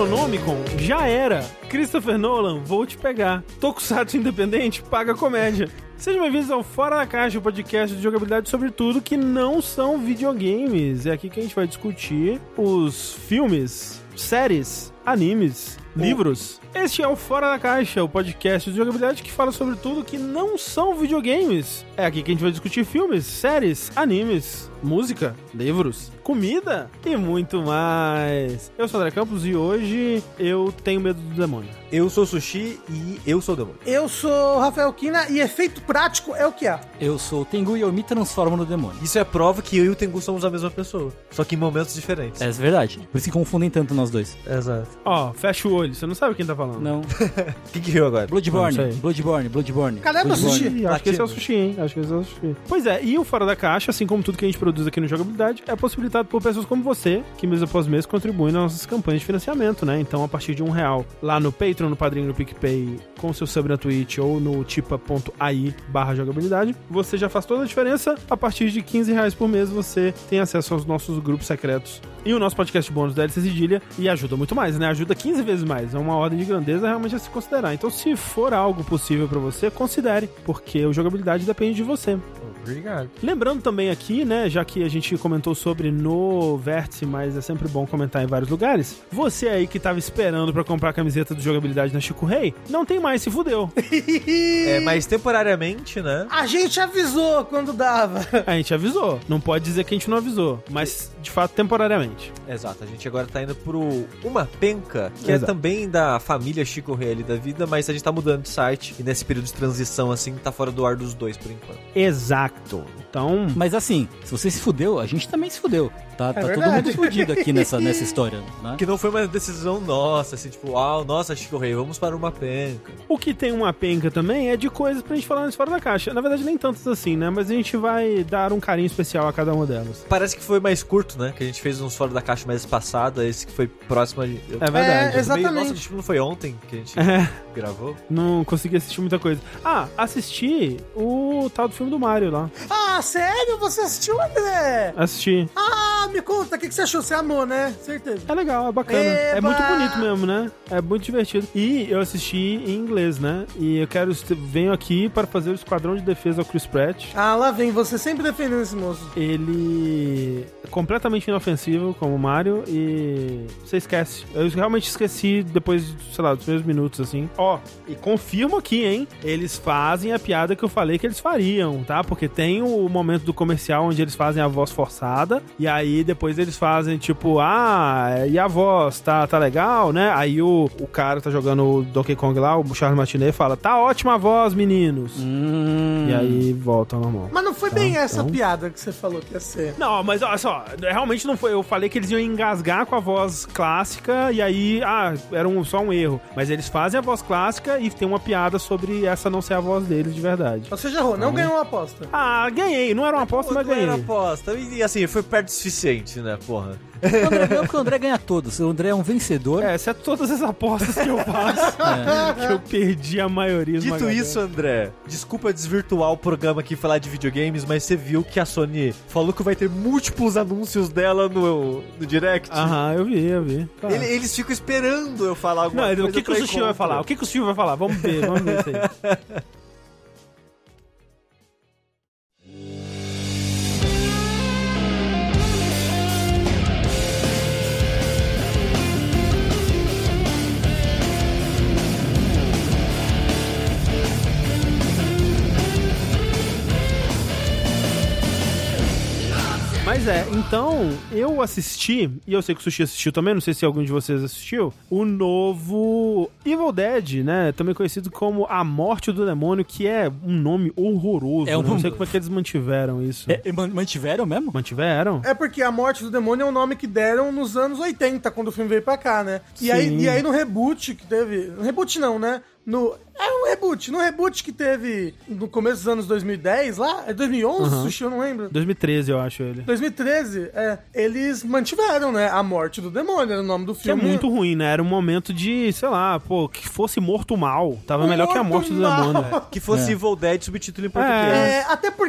Necronomicon já era. Christopher Nolan, vou te pegar. Tokusatsu independente, paga comédia. Sejam bem-vindos ao Fora da Caixa, o podcast de jogabilidade sobre tudo que não são videogames. É aqui que a gente vai discutir os filmes, séries, animes, livros. Este é o Fora da Caixa, o podcast de jogabilidade que fala sobre tudo que não são videogames. É aqui que a gente vai discutir filmes, séries, animes, música, livros, comida e muito mais. Eu sou o André Campos e hoje eu tenho medo do demônio. Eu sou o Sushi e eu sou o demônio. Eu sou o Rafael Kina e efeito prático é o que há. Eu sou o Tengu e eu me transformo no demônio. Isso é prova que eu e o Tengu somos a mesma pessoa, só que em momentos diferentes. É verdade. Por isso que confundem tanto nós dois. Exato. Ó, fecha o olho, você não sabe quem tá falando. Não. O que riu agora? Bloodborne. Cadê o Sushi? Acho que esse é o Sushi, hein? Acho que esse é o Sushi. Pois é, e o Fora da Caixa, assim como tudo que a gente produz aqui no Jogabilidade, é possibilitado por pessoas como você, que mês após mês contribuem nas nossas campanhas de financiamento, né? Então, a partir de R$1 lá no Patreon, no Padrinho, no PicPay, com seu sub na Twitch ou no tipa.ai/jogabilidade, você já faz toda a diferença. A partir de R$15 por mês, você tem acesso aos nossos grupos secretos e o nosso podcast bônus da LC Cedilha, e ajuda muito mais, né? Ajuda 15 vezes mais. É uma ordem de grandeza realmente a se considerar. Então, se for algo possível pra você, considere, porque o Jogabilidade depende de você. Obrigado. Lembrando também aqui, né, já que a gente comentou sobre no Vértice, mas é sempre bom comentar em vários lugares, você aí que tava esperando pra comprar a camiseta do Jogabilidade na Chico Rei, não tem mais, se fudeu. Mas temporariamente, né? A gente avisou quando dava. A gente avisou. Não pode dizer que a gente não avisou, mas de fato temporariamente. Exato, a gente agora tá indo pro Uma Penca, que Exato. é também da família Chico Rei ali da vida, mas a gente tá mudando de site e nesse período de transição, assim, tá fora do ar dos dois por enquanto. Exato. Então... Mas assim, se você se fudeu, a gente também se fudeu. Tá todo verdade. mundo fudido aqui nessa história, né? Que não foi uma decisão nossa, assim, tipo, nossa, Chico Rei, vamos para Uma Penca. O que tem uma penca também é de coisas pra gente falar nesse Fora da Caixa. Na verdade, nem tantas assim, né? Mas a gente vai dar um carinho especial a cada uma delas. Parece que foi mais curto, né? Que a gente fez uns Fora da Caixa mais espaçado, esse que foi próximo a... É verdade. Exatamente. Nossa, tipo, não foi ontem que a gente gravou? Não consegui assistir muita coisa. Assisti o tal do filme do Mario lá. Ah, sério? Você assistiu, André? Assisti. Me conta, o que você achou? Você amou, né? Certeza. É legal, é bacana. Eba! É muito bonito mesmo, né? É muito divertido. E eu assisti em inglês, né? E eu venho aqui para fazer o Esquadrão de Defesa ao Chris Pratt. Lá vem, você sempre defendendo esse moço. Ele é completamente inofensivo como o Mario e você esquece. Eu realmente esqueci depois, sei lá, dos primeiros minutos, assim. E confirmo aqui, hein? Eles fazem a piada que eu falei que eles fariam, tá? Porque tem o momento do comercial onde eles fazem a voz forçada e aí depois eles fazem tipo, e a voz, tá legal, né? Aí o cara que tá jogando o Donkey Kong lá, o Charles Martinet, fala, tá ótima a voz, meninos. E aí volta ao normal. Mas não foi bem essa piada que você falou que ia ser. Não, mas olha só, realmente não foi. Eu falei que eles iam engasgar com a voz clássica e aí, era só um erro. Mas eles fazem a voz clássica e tem uma piada sobre essa não ser a voz deles de verdade. Você já errou, não ganhou uma aposta. Ganhei. Não era uma aposta, mas ganhei. Não era aposta. E assim, foi perto o suficiente, né, porra? O André ganhou porque o André ganha todos. O André é um vencedor. Exceto todas as apostas que eu faço. Que eu perdi a maioria. Dito isso, André, desculpa desvirtuar o programa aqui e falar de videogames, mas você viu que a Sony falou que vai ter múltiplos anúncios dela no Direct? Eu vi. Claro. Eles ficam esperando eu falar alguma coisa. O que o Sushi vai falar? O que o Sushi vai falar? Vamos ver isso aí. Mas então, eu assisti, e eu sei que o Sushi assistiu também, não sei se algum de vocês assistiu, o novo Evil Dead, né? Também conhecido como A Morte do Demônio, que é um nome horroroso. Não sei como é que eles mantiveram isso. Mantiveram mesmo? Mantiveram? É porque A Morte do Demônio é o nome que deram nos anos 80, quando o filme veio pra cá, né? E aí no reboot que teve... No reboot não, né? É um reboot. No reboot que teve no começo dos anos 2010 lá, é 2011, Sushi, eu não lembro. 2013, eu acho ele. 2013, eles mantiveram, né? A Morte do Demônio, era o nome do filme. Que é muito ruim, né? Era um momento de, sei lá, que fosse Morto Mal. Tava melhor que A Morte do Demônio. Que fosse Evil Dead, subtítulo em português. Até porque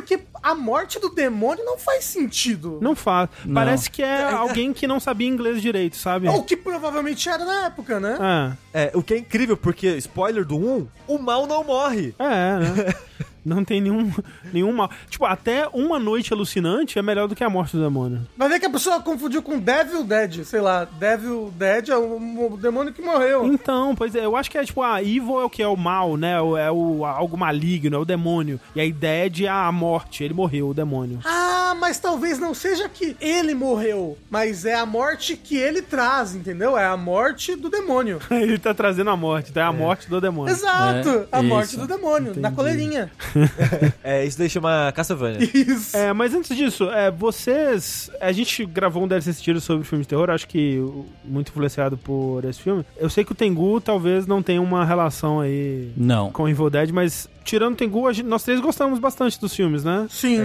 a morte do demônio não faz sentido. Não faz. Não. Parece que é alguém que não sabia inglês direito, sabe? Ou que provavelmente era na época, né? É, O que é incrível, porque, spoiler do 1, o mal não morre. né? Não tem nenhum mal. Tipo, até Uma Noite Alucinante é melhor do que A Morte do Demônio. Vai ver que a pessoa confundiu com Devil Dead, sei lá. Devil Dead é o demônio que morreu. Então, pois é, eu acho que é tipo, evil é o que? É o mal, né? É algo maligno, é o demônio. E aí Dead é a morte, ele morreu, o demônio. Ah, mas talvez não seja que ele morreu, mas é a morte que ele traz, entendeu? É a morte do demônio. Ele tá trazendo a morte, então é a morte do demônio. Exato, a morte isso. do demônio, na coleirinha. Isso daí chama Castlevania. Isso. Mas antes disso, vocês... A gente gravou um DLC Tiro sobre filme de terror, acho que muito influenciado por esse filme. Eu sei que o Tengu talvez não tenha uma relação aí Não. com Evil Dead, mas tirando o Tengu, nós três gostamos bastante dos filmes, né? Sim.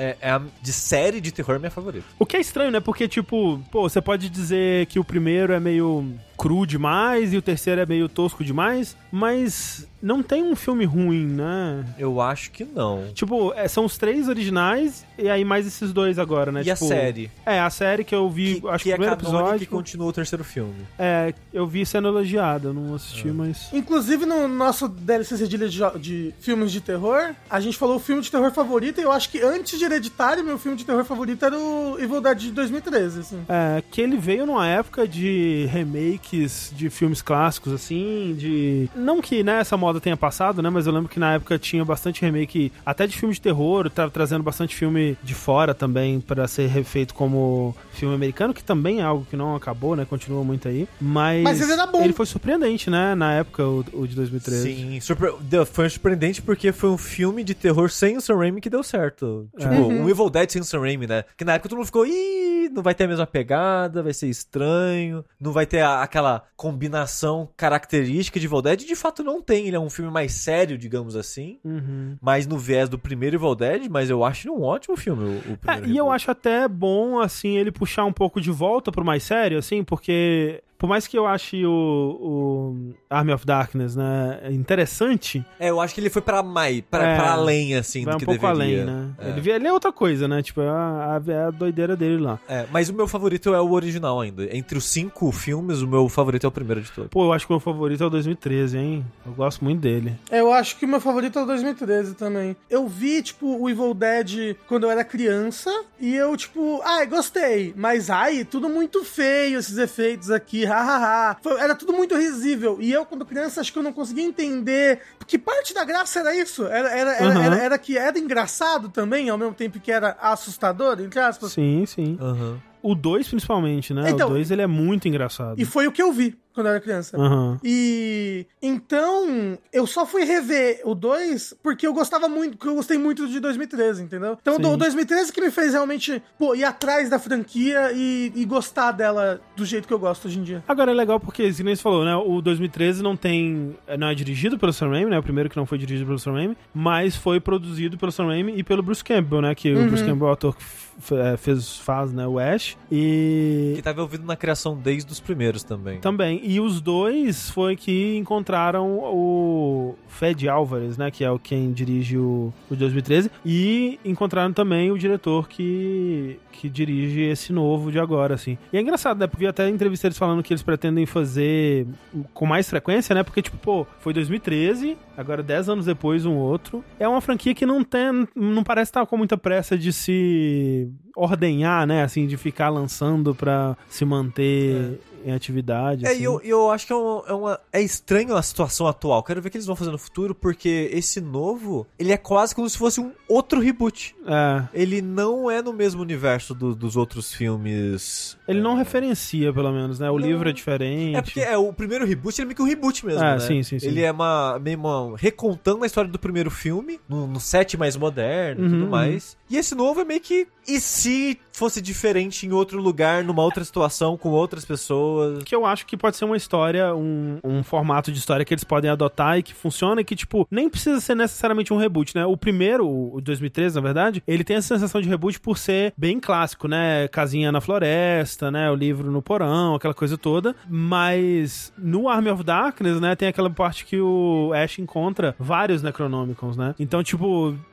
De série de terror, minha favorita. O que é estranho, né? Porque, tipo, você pode dizer que o primeiro é meio cru demais e o terceiro é meio tosco demais, mas não tem um filme ruim, né? Eu acho que não. Tipo, são os 3 originais e aí mais esses 2 agora, né? E tipo, a série? A série que eu vi, acho que o primeiro episódio... que continua o terceiro filme. Eu vi sendo elogiada, eu não assisti, mas... Inclusive, no nosso DLC Cedilha de filmes de terror, a gente falou o filme de terror favorito, e eu acho que antes de Hereditário, meu filme de terror favorito era o Evil Dead de 2013, assim. Que ele veio numa época de remakes de filmes clássicos, assim, de... Não que, né, essa moda tenha passado, né, mas eu lembro que na época tinha bastante remake, até de filme de terror, tava trazendo bastante filme de fora também, pra ser refeito como filme americano, que também é algo que não acabou, né, continua muito aí, mas ele era bom. Ele foi surpreendente, né, na época, o de 2013. Sim, foi surpreendente porque foi um filme de terror sem o Sam Raimi que deu certo. Tipo, um Evil Dead sem o Sam Raimi, né? Que na época todo mundo ficou, não vai ter a mesma pegada, vai ser estranho, não vai ter aquela combinação característica de Evil Dead. De fato não tem, ele é um filme mais sério, digamos assim, mais no viés do primeiro Evil Dead, mas eu acho um ótimo filme o primeiro. E eu acho até bom, assim, ele puxar um pouco de volta pro mais sério, assim, porque... Por mais que eu ache o Army of Darkness, né, interessante... eu acho que ele foi pra além, assim, do que deveria. Vai um pouco além, né? Ele é outra coisa, né? Tipo, é a doideira dele lá. Mas o meu favorito é o original ainda. Entre os 5 filmes, o meu favorito é o primeiro de todos. Pô, eu acho que o meu favorito é o 2013, hein? Eu gosto muito dele. Eu acho que o meu favorito é o 2013 também. Eu vi, tipo, o Evil Dead quando eu era criança, e eu, tipo, gostei. Mas, tudo muito feio, esses efeitos aqui, era tudo muito risível. E eu, quando criança, acho que eu não conseguia entender que parte da graça era isso. Era que era engraçado também, ao mesmo tempo que era assustador, entre aspas. Sim. O 2, principalmente, né? Então, o 2, ele é muito engraçado. E foi o que eu vi quando eu era criança. E então eu só fui rever o 2 porque eu gostava muito, porque eu gostei muito de 2013, entendeu? Então o 2013 que me fez realmente ir atrás da franquia e gostar dela do jeito que eu gosto hoje em dia. Agora é legal porque, assim, como você falou, né? O 2013 não é dirigido pelo Sam Raimi, né? O primeiro que não foi dirigido pelo Sam Raimi, mas foi produzido pelo Sam Raimi e pelo Bruce Campbell, né? Que o Bruce Campbell é o ator que faz, né, o Ash, e... Que tá envolvido na criação desde os primeiros também. E os dois foi que encontraram o Fede Álvares, né, que é quem dirige o 2013, e encontraram também o diretor que dirige esse novo de agora, assim. E é engraçado, né, porque eu até entrevistei eles falando que eles pretendem fazer com mais frequência, né, porque, tipo, foi 2013, agora 10 anos depois um outro. É uma franquia que não parece estar com muita pressa de se ordenhar, né, assim, de ficar lançando pra se manter em atividade. Assim. Eu acho que é estranho a situação atual. Quero ver o que eles vão fazer no futuro, porque esse novo, ele é quase como se fosse um outro reboot. Ele não é no mesmo universo dos outros filmes. Ele não referencia, pelo menos, né? O livro é diferente. É porque o primeiro reboot, ele é meio que um reboot mesmo, né? Sim. Ele é meio recontando a história do primeiro filme, no set mais moderno e tudo mais. E esse novo é meio que... E se fosse diferente em outro lugar, numa outra situação, com outras pessoas? Que eu acho que pode ser uma história, um formato de história que eles podem adotar e que funciona e que, tipo, nem precisa ser necessariamente um reboot, né? O primeiro, o 2013, na verdade, ele tem essa sensação de reboot por ser bem clássico, né? Casinha na floresta, né? O livro no porão, aquela coisa toda. Mas no Army of Darkness, né? Tem aquela parte que o Ash encontra vários Necronomicons, né? Então, tipo,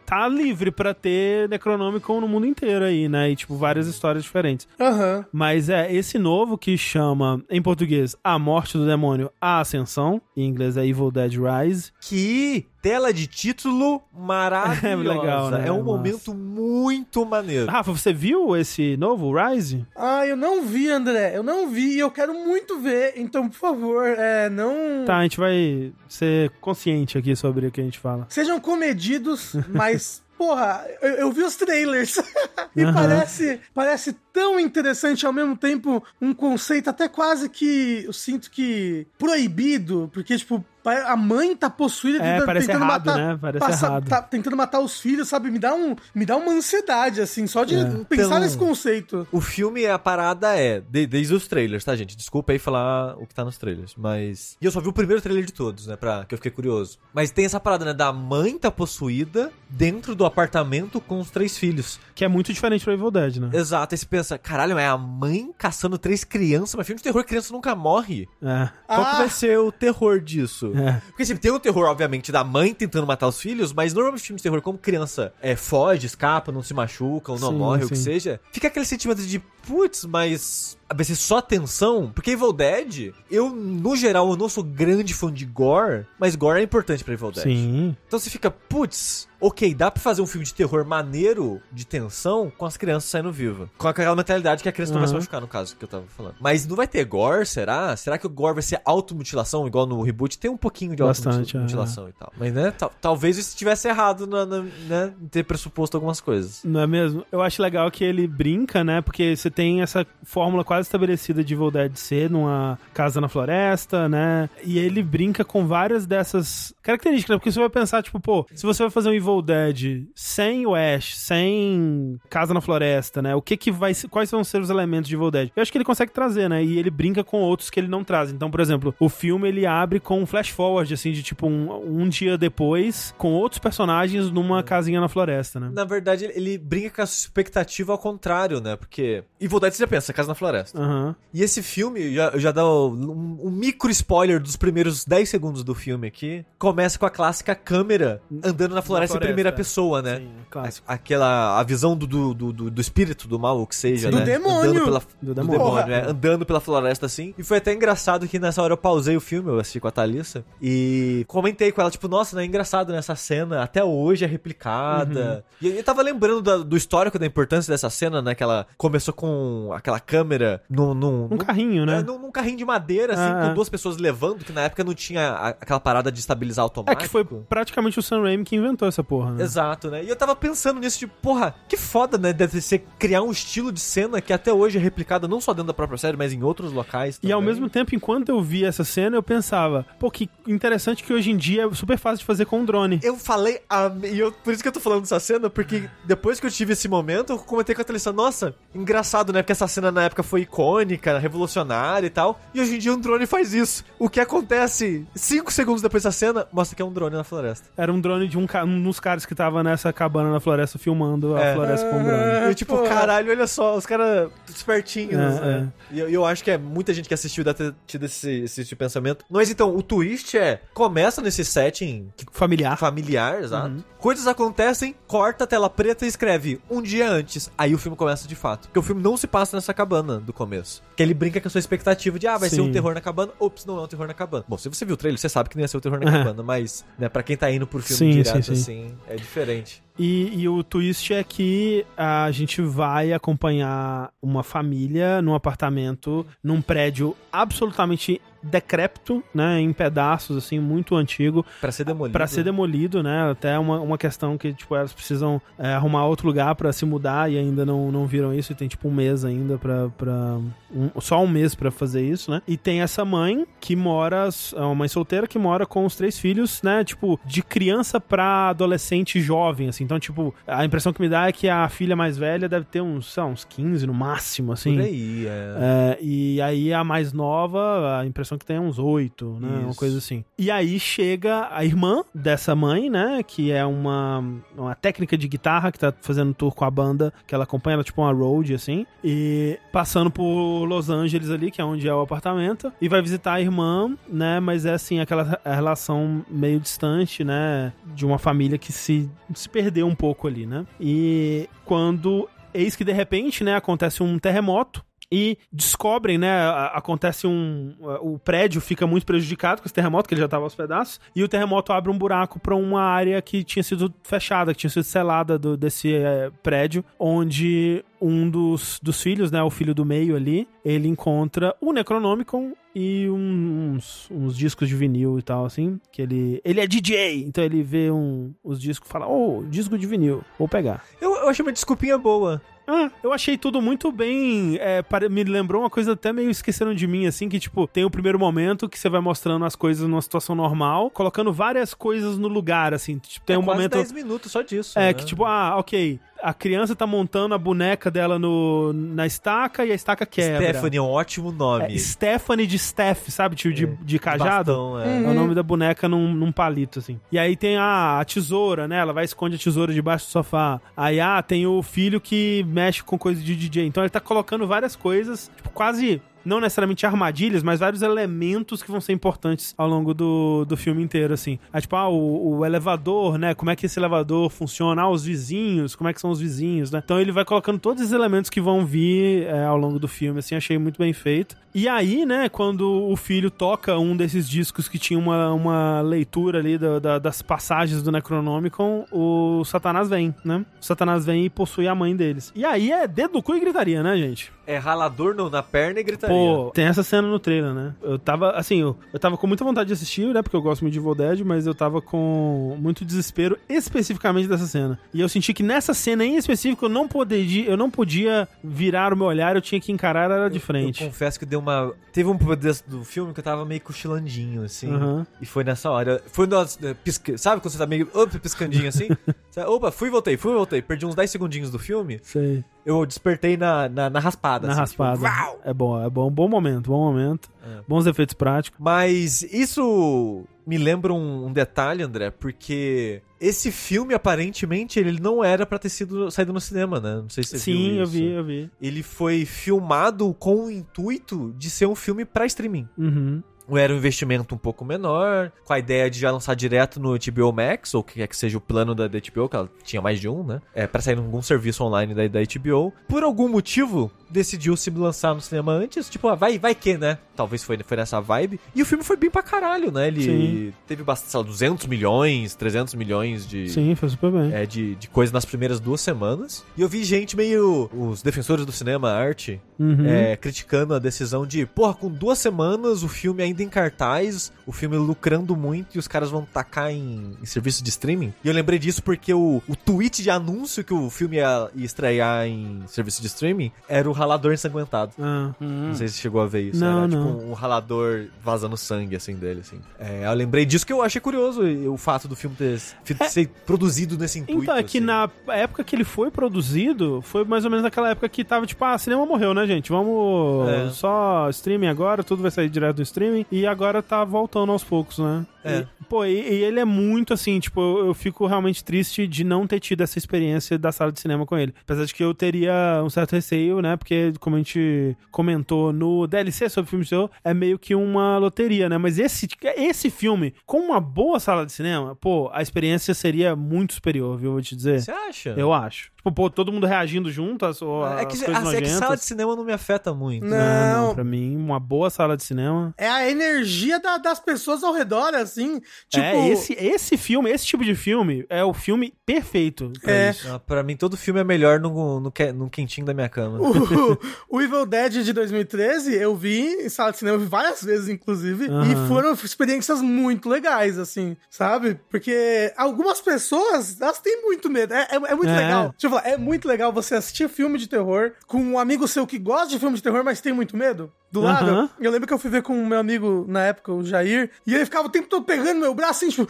tá livre pra ter Necronomicon no mundo inteiro aí, né? E, tipo, várias histórias diferentes. Aham. Mas esse novo que chama, em português, A Morte do Demônio, A Ascensão, em inglês é Evil Dead Rise. Que tela de título maravilhosa. É legal, né? É um Massa. momento muito maneiro. Rafa, você viu esse novo, Rise? Ah, eu não vi, André. Eu não vi e eu quero muito ver. Então, por favor, não... Tá, a gente vai ser consciente aqui sobre o que a gente fala. Sejam comedidos, mas... Porra, eu vi os trailers e Aham. parece tão interessante, ao mesmo tempo um conceito até quase que, eu sinto que, proibido, porque, tipo, a mãe tá possuída parece tentando errado, matar, né? Parece errado. tá tentando matar os filhos, sabe? Me dá uma ansiedade, assim, só de pensar Então, nesse conceito. O filme, a parada desde os trailers, tá, gente? Desculpa aí falar o que tá nos trailers, mas... E eu só vi o primeiro trailer de todos, né, que eu fiquei curioso. Mas tem essa parada, né, da mãe tá possuída dentro do apartamento com os 3 filhos. Que é muito diferente pro Evil Dead, né? Exato, aí você pensa, caralho, é a mãe caçando 3 crianças, mas filme de terror, criança nunca morre. É. Qual que vai ser o terror disso? É. Porque assim, tem o terror, obviamente, da mãe tentando matar os filhos, mas normalmente filmes de terror, como criança foge, escapa, não se machuca, ou não Sim, morre, o que sim. seja, fica aquele sentimento de, putz, mas vai ser só tensão? Porque Evil Dead, no geral, eu não sou grande fã de gore, mas gore é importante pra Evil Dead. Sim. Então você fica, putz, ok, dá pra fazer um filme de terror maneiro, de tensão, com as crianças saindo vivas. Com aquela mentalidade que a criança não vai se machucar, no caso que eu tava falando. Mas não vai ter gore, será? Será que o gore vai ser automutilação, igual no reboot? Tem um pouquinho de Bastante, automutilação e tal. Mas, né, talvez isso estivesse errado, né, em ter pressuposto algumas coisas. Não é mesmo? Eu acho legal que ele brinca, né? Porque você tem essa fórmula quase estabelecida de Evil Dead ser numa casa na floresta, né? E ele brinca com várias dessas características, né? Porque você vai pensar, tipo, pô, se você vai fazer um Evil Dead sem o Ash, sem casa na floresta, né? Quais vão ser os elementos de Evil Dead? Eu acho que ele consegue trazer, né? E ele brinca com outros que ele não traz. Então, por exemplo, o filme ele abre com um flash forward, assim, de tipo um dia depois, com outros personagens numa casinha na floresta, né? Na verdade, ele brinca com a expectativa ao contrário, né? Porque Evil Dead você já pensa, casa na floresta. E esse filme, eu já dou um micro spoiler dos primeiros 10 segundos do filme aqui, começa com a clássica câmera andando na floresta em primeira pessoa, né? Sim, clássico. A visão do espírito do mal, ou que seja, Sim. né? Do demônio. Do demônio, né? Andando pela floresta assim. E foi até engraçado que nessa hora eu pausei o filme, eu assisti com a Thalissa, e comentei com ela, tipo, nossa, né? É engraçado nessa cena, até hoje é replicada. E eu tava lembrando do histórico da importância dessa cena, né? Que ela começou com aquela câmera num carrinho, né? Num carrinho de madeira, assim, com 2 pessoas levando, que na época não tinha aquela parada de estabilizar automático. Que foi praticamente o Sam Raimi que inventou essa porra, né? Exato, né? E eu tava pensando nisso, tipo, porra, que foda, né? Deve ser criar um estilo de cena que até hoje é replicado não só dentro da própria série, mas em outros locais também. E ao mesmo tempo, enquanto eu vi essa cena, eu pensava, pô, que interessante que hoje em dia é super fácil de fazer com um drone. Eu falei, por isso que eu tô falando dessa cena, porque depois que eu tive esse momento, eu comentei com a Thalissa, nossa, engraçado, né? Porque essa cena na época foi icônica, revolucionária e tal, e hoje em dia um drone faz isso. O que acontece 5 segundos depois dessa cena, mostra que é um drone na floresta. Era um drone de um dos caras que tava nessa cabana na floresta filmando a floresta com o drone. E tipo, caralho, olha só, os caras espertinhos, né? E eu acho que muita gente que assistiu deve ter tido esse pensamento. Mas então, o twist começa nesse setting familiar, exato. Coisas acontecem, corta a tela preta e escreve um dia antes. Aí o filme começa de fato. Porque o filme não se passa nessa cabana do começo. Que ele brinca com a sua expectativa de, vai ser um terror na cabana. Ops, não é um terror na cabana. Bom, se você viu o trailer, você sabe que não ia ser um terror na cabana, mas, né, pra quem tá indo por filme direto, assim, é diferente. E o twist é que a gente vai acompanhar uma família num apartamento, num prédio absolutamente decrépito, né, em pedaços, assim, muito antigo. Pra ser demolido. Né, até uma questão que, tipo, elas precisam arrumar outro lugar pra se mudar e ainda não viram isso, e tem, tipo, um mês ainda só um mês pra fazer isso, né, e tem essa mãe que mora, uma mãe solteira que mora com os 3 filhos, né, tipo, de criança pra adolescente jovem, assim, então, tipo, a impressão que me dá é que a filha mais velha deve ter uns 15 no máximo, assim. Por aí, e aí a mais nova, a impressão população que tem uns 8, né? Uma Isso. coisa assim. E aí chega a irmã dessa mãe, né? Que é uma técnica de guitarra que tá fazendo tour com a banda, que ela acompanha, ela tipo uma road, assim. E passando por Los Angeles ali, que é onde é o apartamento. E vai visitar a irmã, né? Mas é assim, aquela relação meio distante, né? De uma família que se perdeu um pouco ali, né? E quando... Eis que, de repente, né, acontece um terremoto e descobrem, né, acontece o prédio fica muito prejudicado com esse terremoto, que ele já estava aos pedaços, e o terremoto abre um buraco para uma área que tinha sido fechada, que tinha sido selada desse prédio, onde um dos filhos, né, o filho do meio ali, ele encontra o Necronomicon e uns discos de vinil e tal, assim, que ele é DJ, então ele vê os discos e fala, disco de vinil, vou pegar. Eu achei uma desculpinha boa. Eu achei tudo muito bem, me lembrou uma coisa até meio Esqueceram de Mim, assim, que tipo, tem o primeiro momento que você vai mostrando as coisas numa situação normal, colocando várias coisas no lugar, assim, tipo, tem um quase momento... 10 minutos só disso. né? Que tipo, ok, a criança tá montando a boneca dela na estaca e a estaca quebra. Stephanie é um ótimo nome. Stephanie de Steph, sabe? Tipo, de cajado. Bastão, É o nome da boneca num palito, assim. E aí tem a tesoura, né? Ela vai e esconde a tesoura debaixo do sofá. Aí, tem o filho que mexe com coisa de DJ. Então ele tá colocando várias coisas, tipo, quase... Não necessariamente armadilhas, mas vários elementos que vão ser importantes ao longo do filme inteiro, assim. Tipo, o elevador, né? Como é que esse elevador funciona? Os vizinhos, como é que são os vizinhos, né? Então ele vai colocando todos os elementos que vão vir ao longo do filme, assim, achei muito bem feito. E aí, né, quando o filho toca um desses discos que tinha uma leitura ali das passagens do Necronomicon, o Satanás vem, né? O Satanás vem e possui a mãe deles. E aí é dedo no cu e gritaria, né, gente? É ralador na perna e gritaria. Pô, tem essa cena no trailer, né? Eu tava, assim, eu tava com muita vontade de assistir, né? Porque eu gosto muito de Evil Dead, mas eu tava com muito desespero especificamente dessa cena. E eu senti que nessa cena em específico eu não podia virar o meu olhar, eu tinha que encarar ela de frente. Eu confesso que teve um pedaço do filme que eu tava meio cochilandinho, assim. E foi nessa hora. Foi nós sabe quando você tá meio piscandinho assim? Opa, fui e voltei. Perdi uns 10 segundinhos do filme. Sei. Eu despertei na raspada. Na assim, raspada. Tipo, é bom. Bom momento. Bons efeitos práticos. Mas isso me lembra um detalhe, André, porque esse filme, aparentemente, ele não era pra ter saído no cinema, né? Não sei se você viu isso. Sim, eu vi. Ele foi filmado com o intuito de ser um filme pra streaming. Era um investimento um pouco menor, com a ideia de já lançar direto no HBO Max, ou que quer que seja o plano da HBO, que ela tinha mais de um, né? Pra sair em algum serviço online da HBO. Por algum motivo, decidiu se lançar no cinema antes, tipo, vai que, né? Talvez foi nessa vibe. E o filme foi bem pra caralho, né? Ele teve bastante, sei lá, 200 milhões, 300 milhões de... Sim, foi super bem. De coisa nas primeiras 2 semanas. E eu vi gente meio... Os defensores do cinema, a arte, criticando a decisão de, com 2 semanas, o filme ainda em cartaz, o filme lucrando muito e os caras vão tacar em serviço de streaming. E eu lembrei disso porque o tweet de anúncio que o filme ia estrear em serviço de streaming era o ralador ensanguentado. Não sei se você chegou a ver isso. Não, era não. tipo um ralador vazando sangue, assim, dele, assim. Eu lembrei disso que eu achei curioso o fato do filme ter ser produzido nesse intuito. Então, é que assim. na época que ele foi produzido, foi mais ou menos naquela época que tava tipo, cinema morreu, né, gente? Vamos só streaming agora, tudo vai sair direto do streaming. E agora tá voltando aos poucos, né? E ele é muito assim, tipo, eu fico realmente triste de não ter tido essa experiência da sala de cinema com ele. Apesar de que eu teria um certo receio, né? Porque, como a gente comentou no DLC sobre filme de terror, é meio que uma loteria, né? Mas esse filme, com uma boa sala de cinema, a experiência seria muito superior, viu? Vou te dizer. Você acha? Eu acho. Tipo, todo mundo reagindo junto às coisas nojentas. É que sala de cinema não me afeta muito. Não, pra mim, uma boa sala de cinema... É a energia das pessoas ao redor, assim. Tipo... Esse filme, esse tipo de filme, é o filme perfeito pra isso. Pra mim, todo filme é melhor no quentinho da minha cama. O Evil Dead de 2013, eu vi em sala de cinema várias vezes, inclusive, e foram experiências muito legais, assim, sabe? Porque algumas pessoas, elas têm muito medo. É muito legal. Deixa eu falar, é muito legal você assistir filme de terror com um amigo seu que gosta de filme de terror, mas tem muito medo. Do lado, eu lembro que eu fui ver com o meu amigo amigo na época, o Jair, e ele ficava o tempo todo pegando meu braço, assim, tipo,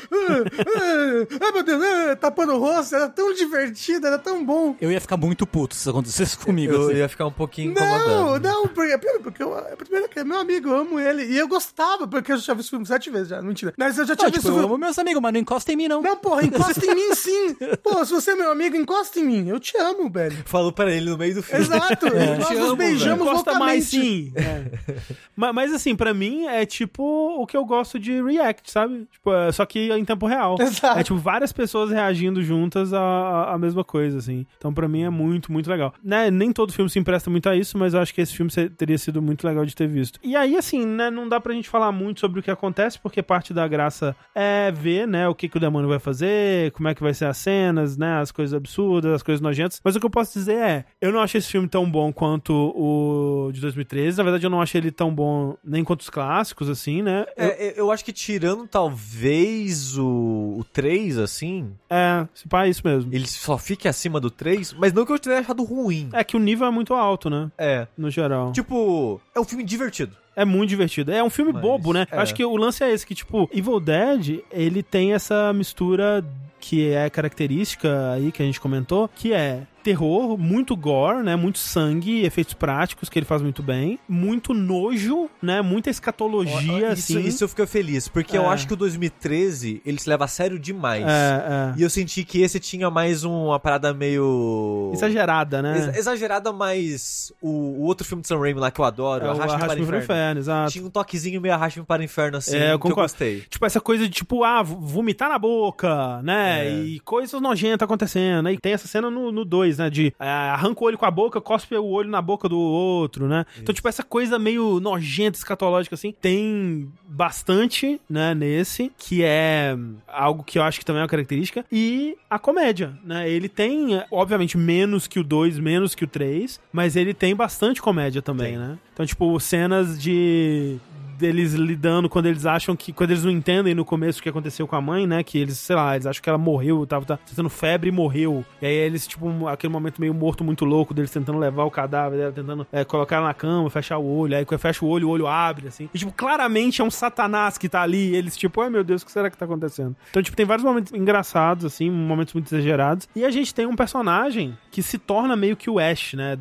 ai meu Deus, tapando o rosto, era tão divertido, era tão bom. Eu ia ficar muito puto se isso acontecesse comigo. Eu assim. ia ficar um pouquinho incomodado. Não, porque primeiro que é meu amigo, eu amo ele, e eu gostava, porque eu já vi esse filme 7 vezes já, mentira. Mas eu já tinha visto eu amo meus amigos, mas não encosta em mim, não. Não, porra, encosta em mim sim. Pô, se você é meu amigo, encosta em mim. Eu te amo, velho. Falou pra ele no meio do filme. Exato. Nós nos beijamos Gosta loucamente. mais sim. Mas assim, pra mim é tipo o que eu gosto de React, sabe? Tipo, só que em tempo real. Exato. É tipo várias pessoas reagindo juntas à mesma coisa, assim. Então pra mim é muito, muito legal. Né? Nem todo filme se empresta muito a isso, mas eu acho que esse filme teria sido muito legal de ter visto. E aí, assim, né, não dá pra gente falar muito sobre o que acontece, porque parte da graça é ver, né, o que o demônio vai fazer, como é que vai ser as cenas, né, as coisas absurdas, as coisas nojentas. Mas o que eu posso dizer é, eu não achei esse filme tão bom quanto o de 2013. Na verdade, eu não achei ele tão bom nem quanto os clássicos, assim, né? Eu acho que tirando talvez o 3, assim... Se pá, é isso mesmo. Ele só fique acima do 3, mas não que eu tenha achado ruim. É que o nível é muito alto, né? No geral. Tipo, é um filme divertido. É muito divertido. É um filme bobo, né? Acho que o lance é esse, que tipo, Evil Dead, ele tem essa mistura que é característica aí que a gente comentou, que é terror, muito gore, né? Muito sangue, efeitos práticos que ele faz muito bem, muito nojo, né? Muita escatologia, assim. Isso eu fiquei feliz, porque eu acho que o 2013 ele se leva a sério demais. E eu senti que esse tinha mais uma parada meio... exagerada, né? Exagerada, mas o outro filme de Sam Raimi lá que eu adoro, Arraste-me para o Inferno. Exato. Tinha um toquezinho meio Arraste-me para o Inferno, assim, eu que eu gostei. Tipo, essa coisa de, tipo, vomitar na boca, né? E coisas nojentas acontecendo. E tem essa cena no 2, né? De arranca o olho com a boca, cospe o olho na boca do outro, né? Isso. Então, tipo, essa coisa meio nojenta, escatológica, assim, tem bastante, né, nesse, que é algo que eu acho que também é uma característica. E a comédia, né? Ele tem, obviamente, menos que o 2, menos que o 3, mas ele tem bastante comédia também, né? Então, tipo, cenas deles lidando quando eles acham que... quando eles não entendem no começo o que aconteceu com a mãe, né? Que eles, sei lá, eles acham que ela morreu, tava tendo febre e morreu. E aí eles, tipo, aquele momento meio morto, muito louco, deles tentando levar o cadáver dela, tentando colocar ela na cama, fechar o olho. Aí quando fecha o olho abre, assim. E, tipo, claramente é um satanás que tá ali. E eles, tipo, ai meu Deus, o que será que tá acontecendo? Então, tipo, tem vários momentos engraçados, assim, momentos muito exagerados. E a gente tem um personagem que se torna meio que o Ash, né?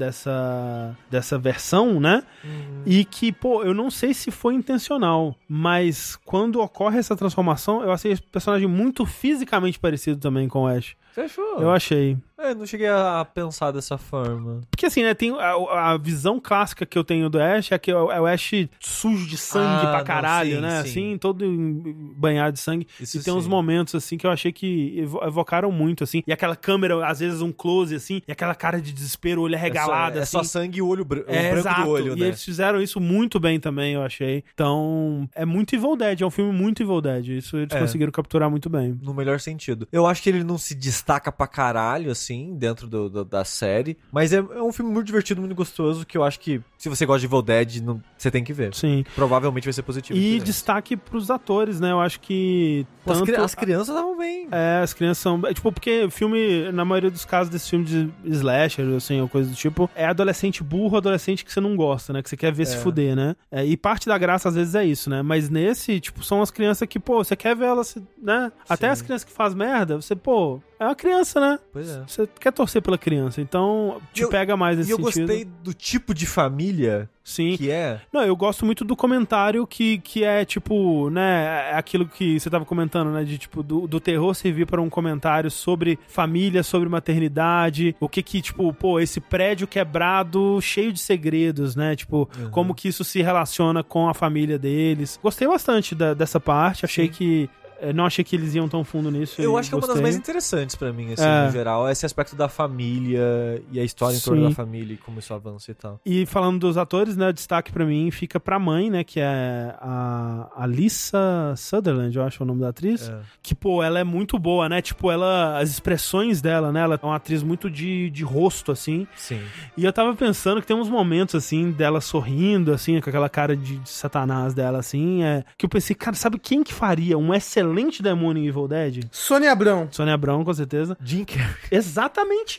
Dessa versão, né? E que, pô, eu não sei se foi intencional, mas quando ocorre essa transformação, eu achei esse personagem muito fisicamente parecido também com o Ash. Você achou? Eu achei. Eu não cheguei a pensar dessa forma. Porque assim, né, tem a visão clássica que eu tenho do Ash é que é o Ash sujo de sangue pra caralho, né? Sim. Assim, todo banhado de sangue. Isso, e tem uns momentos, assim, que eu achei que evocaram muito, assim. E aquela câmera, às vezes um close, assim, e aquela cara de desespero, olho arregalado, assim. É só sangue e o olho branco do olho, né? E eles fizeram isso muito bem também, eu achei. Então, é muito Evil Dead, é um filme muito Evil Dead. Isso eles conseguiram capturar muito bem. No melhor sentido. Eu acho que ele não se destaca pra caralho, assim, dentro da série, mas é um filme muito divertido, muito gostoso, que eu acho que se você gosta de Evil Dead, você tem que ver. Sim. Provavelmente vai ser positivo. E destaque pros atores, né? Eu acho que as crianças estavam bem. As crianças são... tipo, porque filme, na maioria dos casos desse filme de slasher, assim, ou coisa do tipo, é adolescente burro, adolescente que você não gosta, né? Que você quer ver se fuder, né? E parte da graça, às vezes, é isso, né? Mas nesse, tipo, são as crianças que, pô, você quer ver elas, né? Até as crianças que fazem merda, você, pô... é uma criança, né? Pois é. Você quer torcer pela criança, então te pega mais nesse sentido. E eu gostei do tipo de família Sim. que é. Não, eu gosto muito do comentário que é, tipo, né, aquilo que você tava comentando, né, de, tipo, do terror servir para um comentário sobre família, sobre maternidade, o que, tipo, pô, esse prédio quebrado, cheio de segredos, né, tipo, como que isso se relaciona com a família deles. Gostei bastante dessa parte, achei que... não achei que eles iam tão fundo nisso. Eu acho que é uma das mais interessantes pra mim, assim, no geral, esse aspecto da família e a história em torno da família e como isso avança e tal. E falando dos atores, né, o destaque pra mim fica pra mãe, né, que é a Alyssa Sutherland, eu acho o nome da atriz, que, pô, ela é muito boa, né, tipo, as expressões dela, né, ela é uma atriz muito de rosto, assim. Sim. E eu tava pensando que tem uns momentos, assim, dela sorrindo, assim, com aquela cara de satanás dela, assim, que eu pensei, cara, sabe quem que faria um excelente demônio em Evil Dead? Sônia Abrão. Sônia Abrão, com certeza. Jim Carrey. Exatamente.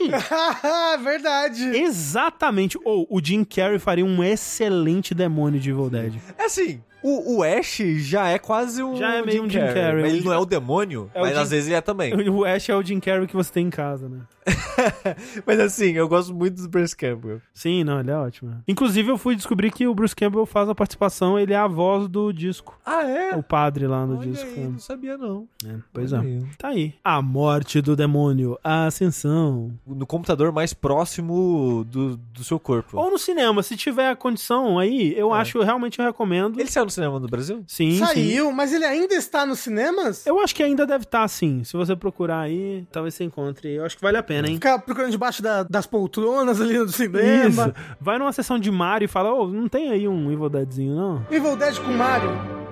Verdade. Exatamente. O Jim Carrey faria um excelente demônio de Evil Dead. É assim, O Ash já é quase um Já é meio um Jim Carrey. Mas ele não é o demônio, mas às vezes ele é também. O Ash é o Jim Carrey que você tem em casa, né? Mas assim, eu gosto muito do Bruce Campbell. Sim, não, ele é ótimo. Inclusive, eu fui descobrir que o Bruce Campbell faz a participação, ele é a voz do disco. Ah, é? O padre lá no Olha disco. aí, não sabia não. Pois Olha é. aí. Tá aí. A morte do demônio, a ascensão. No computador mais próximo do seu corpo. Ou no cinema, se tiver a condição aí, eu acho, realmente eu recomendo. Ele saiu no cinema no Brasil? Sim, sim. Saiu, mas ele ainda está nos cinemas? Eu acho que ainda deve estar, sim. Se você procurar aí, talvez você encontre. Eu acho que vale a pena, hein? Ficar procurando debaixo das poltronas ali do cinema. Isso. Vai numa sessão de Mario e fala, não tem aí um Evil Deadzinho, não? Evil Dead com Mario.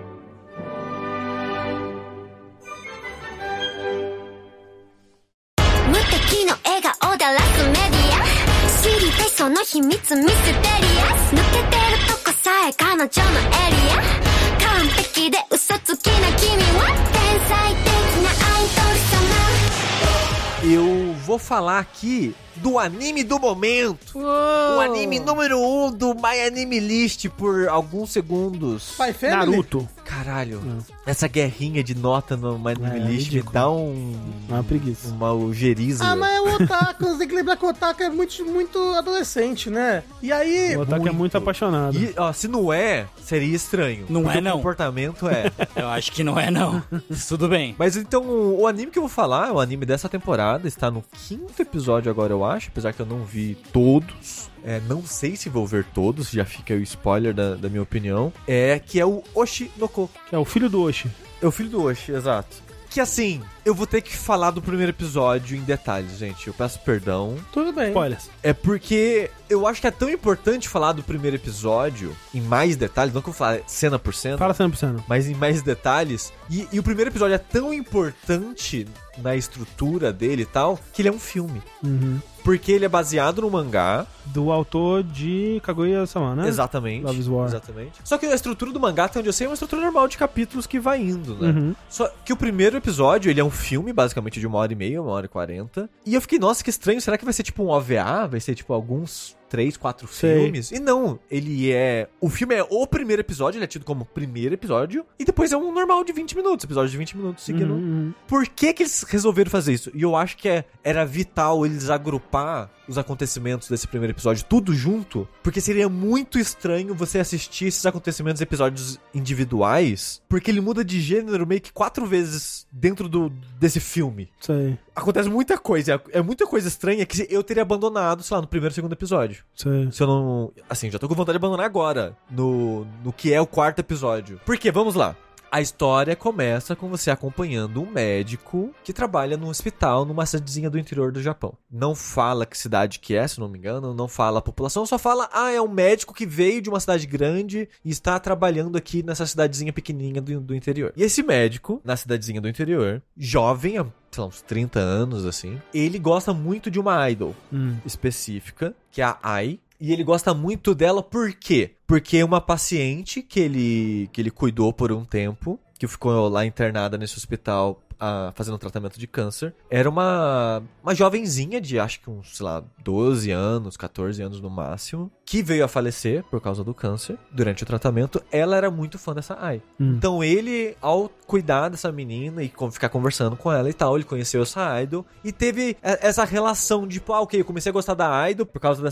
無敵の笑顔だらすメディア知りたいその秘密ミステリアス抜けてるとこさえ彼女のエリア完璧で嘘つきな君は天才的なアイドル様 Eu vou falar aqui do anime do momento. O anime número 1 do My Anime List por alguns segundos. Spy Family? Naruto. Caralho, essa guerrinha de nota no My Anime List me ridículo. dá Uma preguiça. uma algeriza. Ah, mas é o Otaku, você tem que lembrar que o Otaku é muito adolescente, né? E aí... O Otaku é muito apaixonado. E, ó, se não é, seria estranho. Não porque é, não. O comportamento é. Eu acho que não é, não. Tudo bem. Mas então, o anime que eu vou falar, o anime dessa temporada, está no 5º episódio agora, eu acho, apesar que eu não vi todos. Não sei se vou ver todos, já fica o spoiler da minha opinião. Que é o Oshi no Ko. Que é o filho do Oshi. É o filho do Oshi, exato. Que assim, eu vou ter que falar do primeiro episódio em detalhes, gente. Eu peço perdão. Tudo bem. Spoilers. É porque eu acho que é tão importante falar do primeiro episódio em mais detalhes, não que eu fale cena por cena, Fala cena por cena. mas em mais detalhes. E o primeiro episódio é tão importante na estrutura dele e tal, que ele é um filme. Uhum. Porque ele é baseado no mangá. Do autor de Kaguya-sama, né? Exatamente. Love is War. Exatamente. Só que a estrutura do mangá, até onde eu sei, é uma estrutura normal de capítulos que vai indo, né? Uhum. Só que o primeiro episódio, ele é um filme, basicamente, de 1h30, 1h40. E eu fiquei, nossa, que estranho. Será que vai ser tipo um OVA? Vai ser tipo alguns 3, 4 Sei. filmes? E não, ele é... O filme é o primeiro episódio, ele é tido como primeiro episódio. E depois é um normal de 20 minutos, episódio de 20 minutos seguindo. Uhum. Por que eles resolveram fazer isso? E eu acho que era vital eles agrupar os acontecimentos desse primeiro episódio tudo junto, porque seria muito estranho você assistir esses acontecimentos em episódios individuais, porque ele muda de gênero meio que 4 vezes dentro desse filme. Sei, Acontece muita coisa, é muita coisa estranha que eu teria abandonado, sei lá, no primeiro ou segundo episódio. sei. Se eu não... Assim, já tô com vontade de abandonar agora, no que é o 4º episódio. Por quê? Vamos lá. A história começa com você acompanhando um médico que trabalha num hospital numa cidadezinha do interior do Japão. Não fala que cidade que é, se não me engano, não fala a população, só fala, é um médico que veio de uma cidade grande e está trabalhando aqui nessa cidadezinha pequenininha do interior. E esse médico, na cidadezinha do interior, jovem, sei lá, uns 30 anos, assim, ele gosta muito de uma idol específica, que é a Ai. E ele gosta muito dela por quê? Porque é uma paciente que ele cuidou por um tempo, que ficou lá internada nesse hospital fazendo um tratamento de câncer. Era uma jovenzinha de acho que uns, sei lá, 12 anos, 14 anos no máximo, que veio a falecer por causa do câncer durante o tratamento. Ela era muito fã dessa Ai. Então ele, ao cuidar dessa menina e ficar conversando com ela e tal, ele conheceu essa idol e teve essa relação de, tipo, ok, eu comecei a gostar da idol por causa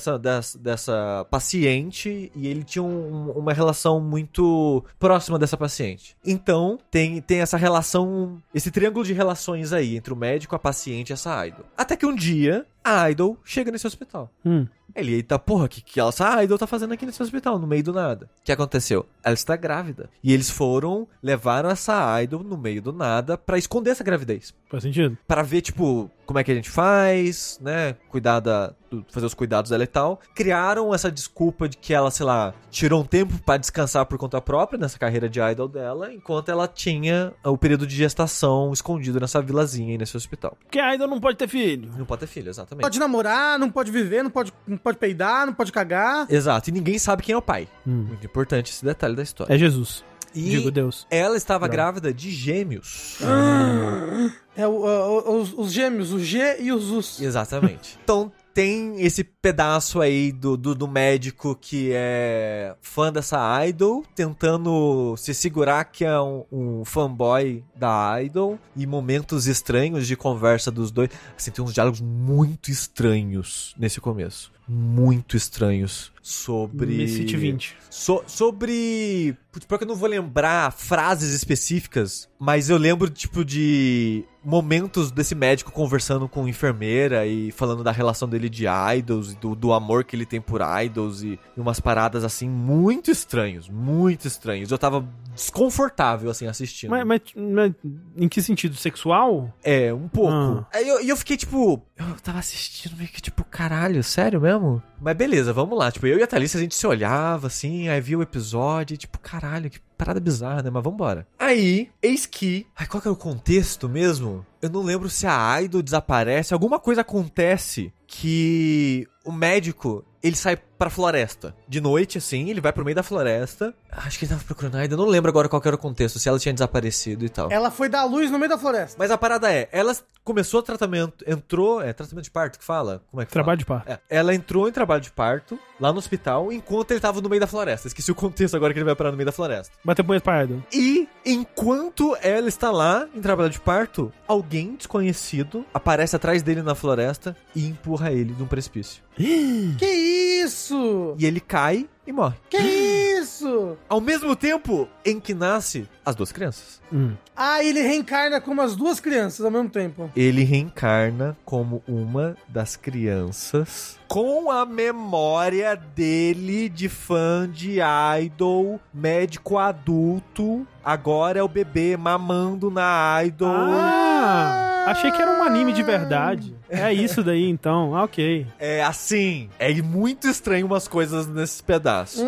dessa paciente e ele tinha uma relação muito próxima dessa paciente. Então, tem essa relação, esse triângulo de relações aí entre o médico, a paciente e essa idol. Até que um dia, a idol chega nesse hospital. Ele, eita porra, que essa idol tá fazendo aqui nesse hospital, no meio do nada? O que aconteceu? Ela está grávida. E eles levaram essa idol no meio do nada pra esconder essa gravidez. Faz sentido? Pra ver, tipo, como é que a gente faz, né? Fazer os cuidados dela e tal. Criaram essa desculpa de que ela, sei lá, tirou um tempo pra descansar por conta própria nessa carreira de idol dela, enquanto ela tinha o período de gestação escondido nessa vilazinha aí nesse hospital. Porque a idol não pode ter filho. Não pode ter filho, exatamente. Pode namorar, não pode viver, não pode peidar, não pode cagar. Exato, e ninguém sabe quem é o pai. Muito importante esse detalhe da história. É Jesus. E Digo Deus. ela estava grávida de gêmeos. Os gêmeos, o G e os US. Exatamente. Então, tem esse pedaço aí do médico que é fã dessa idol, tentando se segurar que é um fanboy da idol, e momentos estranhos de conversa dos dois. Assim, tem uns diálogos muito estranhos nesse começo. Muito estranhos. Sobre... City 20. Sobre... Porque eu não vou lembrar frases específicas, mas eu lembro, tipo, de momentos desse médico conversando com enfermeira e falando da relação dele de idols, do amor que ele tem por idols e umas paradas, assim, muito estranhos. Muito estranhos. Eu tava desconfortável, assim, assistindo. Mas em que sentido? Sexual? É, um pouco. Aí eu fiquei, tipo... Eu tava assistindo meio que, tipo, caralho, sério mesmo? Mas beleza, vamos lá. Tipo, eu e a Thalissa, a gente se olhava, assim, aí via o episódio e, tipo, caralho, que parada bizarra, né? Mas vambora. Aí, eis que... Ai, qual que é o contexto mesmo? Eu não lembro se a idol desaparece. Alguma coisa acontece que o médico, ele sai pra floresta. De noite, assim, ele vai pro meio da floresta. Acho que ele tava procurando a idol. Eu não lembro agora qual que era o contexto, se ela tinha desaparecido e tal. Ela foi dar luz no meio da floresta. Mas a parada é, ela começou o tratamento, entrou... É tratamento de parto que fala? Como é que Trabalho fala? de parto. Ela entrou em trabalho de parto, lá no hospital, enquanto ele tava no meio da floresta. Esqueci o contexto agora que ele vai parar no meio da floresta. Bateu punheta pra idol. E, enquanto ela está lá, em trabalho de parto, alguém desconhecido aparece atrás dele na floresta e empurra ele de um precipício. Que isso? E ele cai e morre. Que isso? Ao mesmo tempo em que nasce as duas crianças. Ah, ele reencarna como as duas crianças ao mesmo tempo. Ele reencarna como uma das crianças com a memória dele de fã de idol, médico adulto. Agora é o bebê mamando na idol. Achei que era um anime de verdade. É isso daí, então. Ok. É assim, é muito estranho umas coisas nesse pedaço.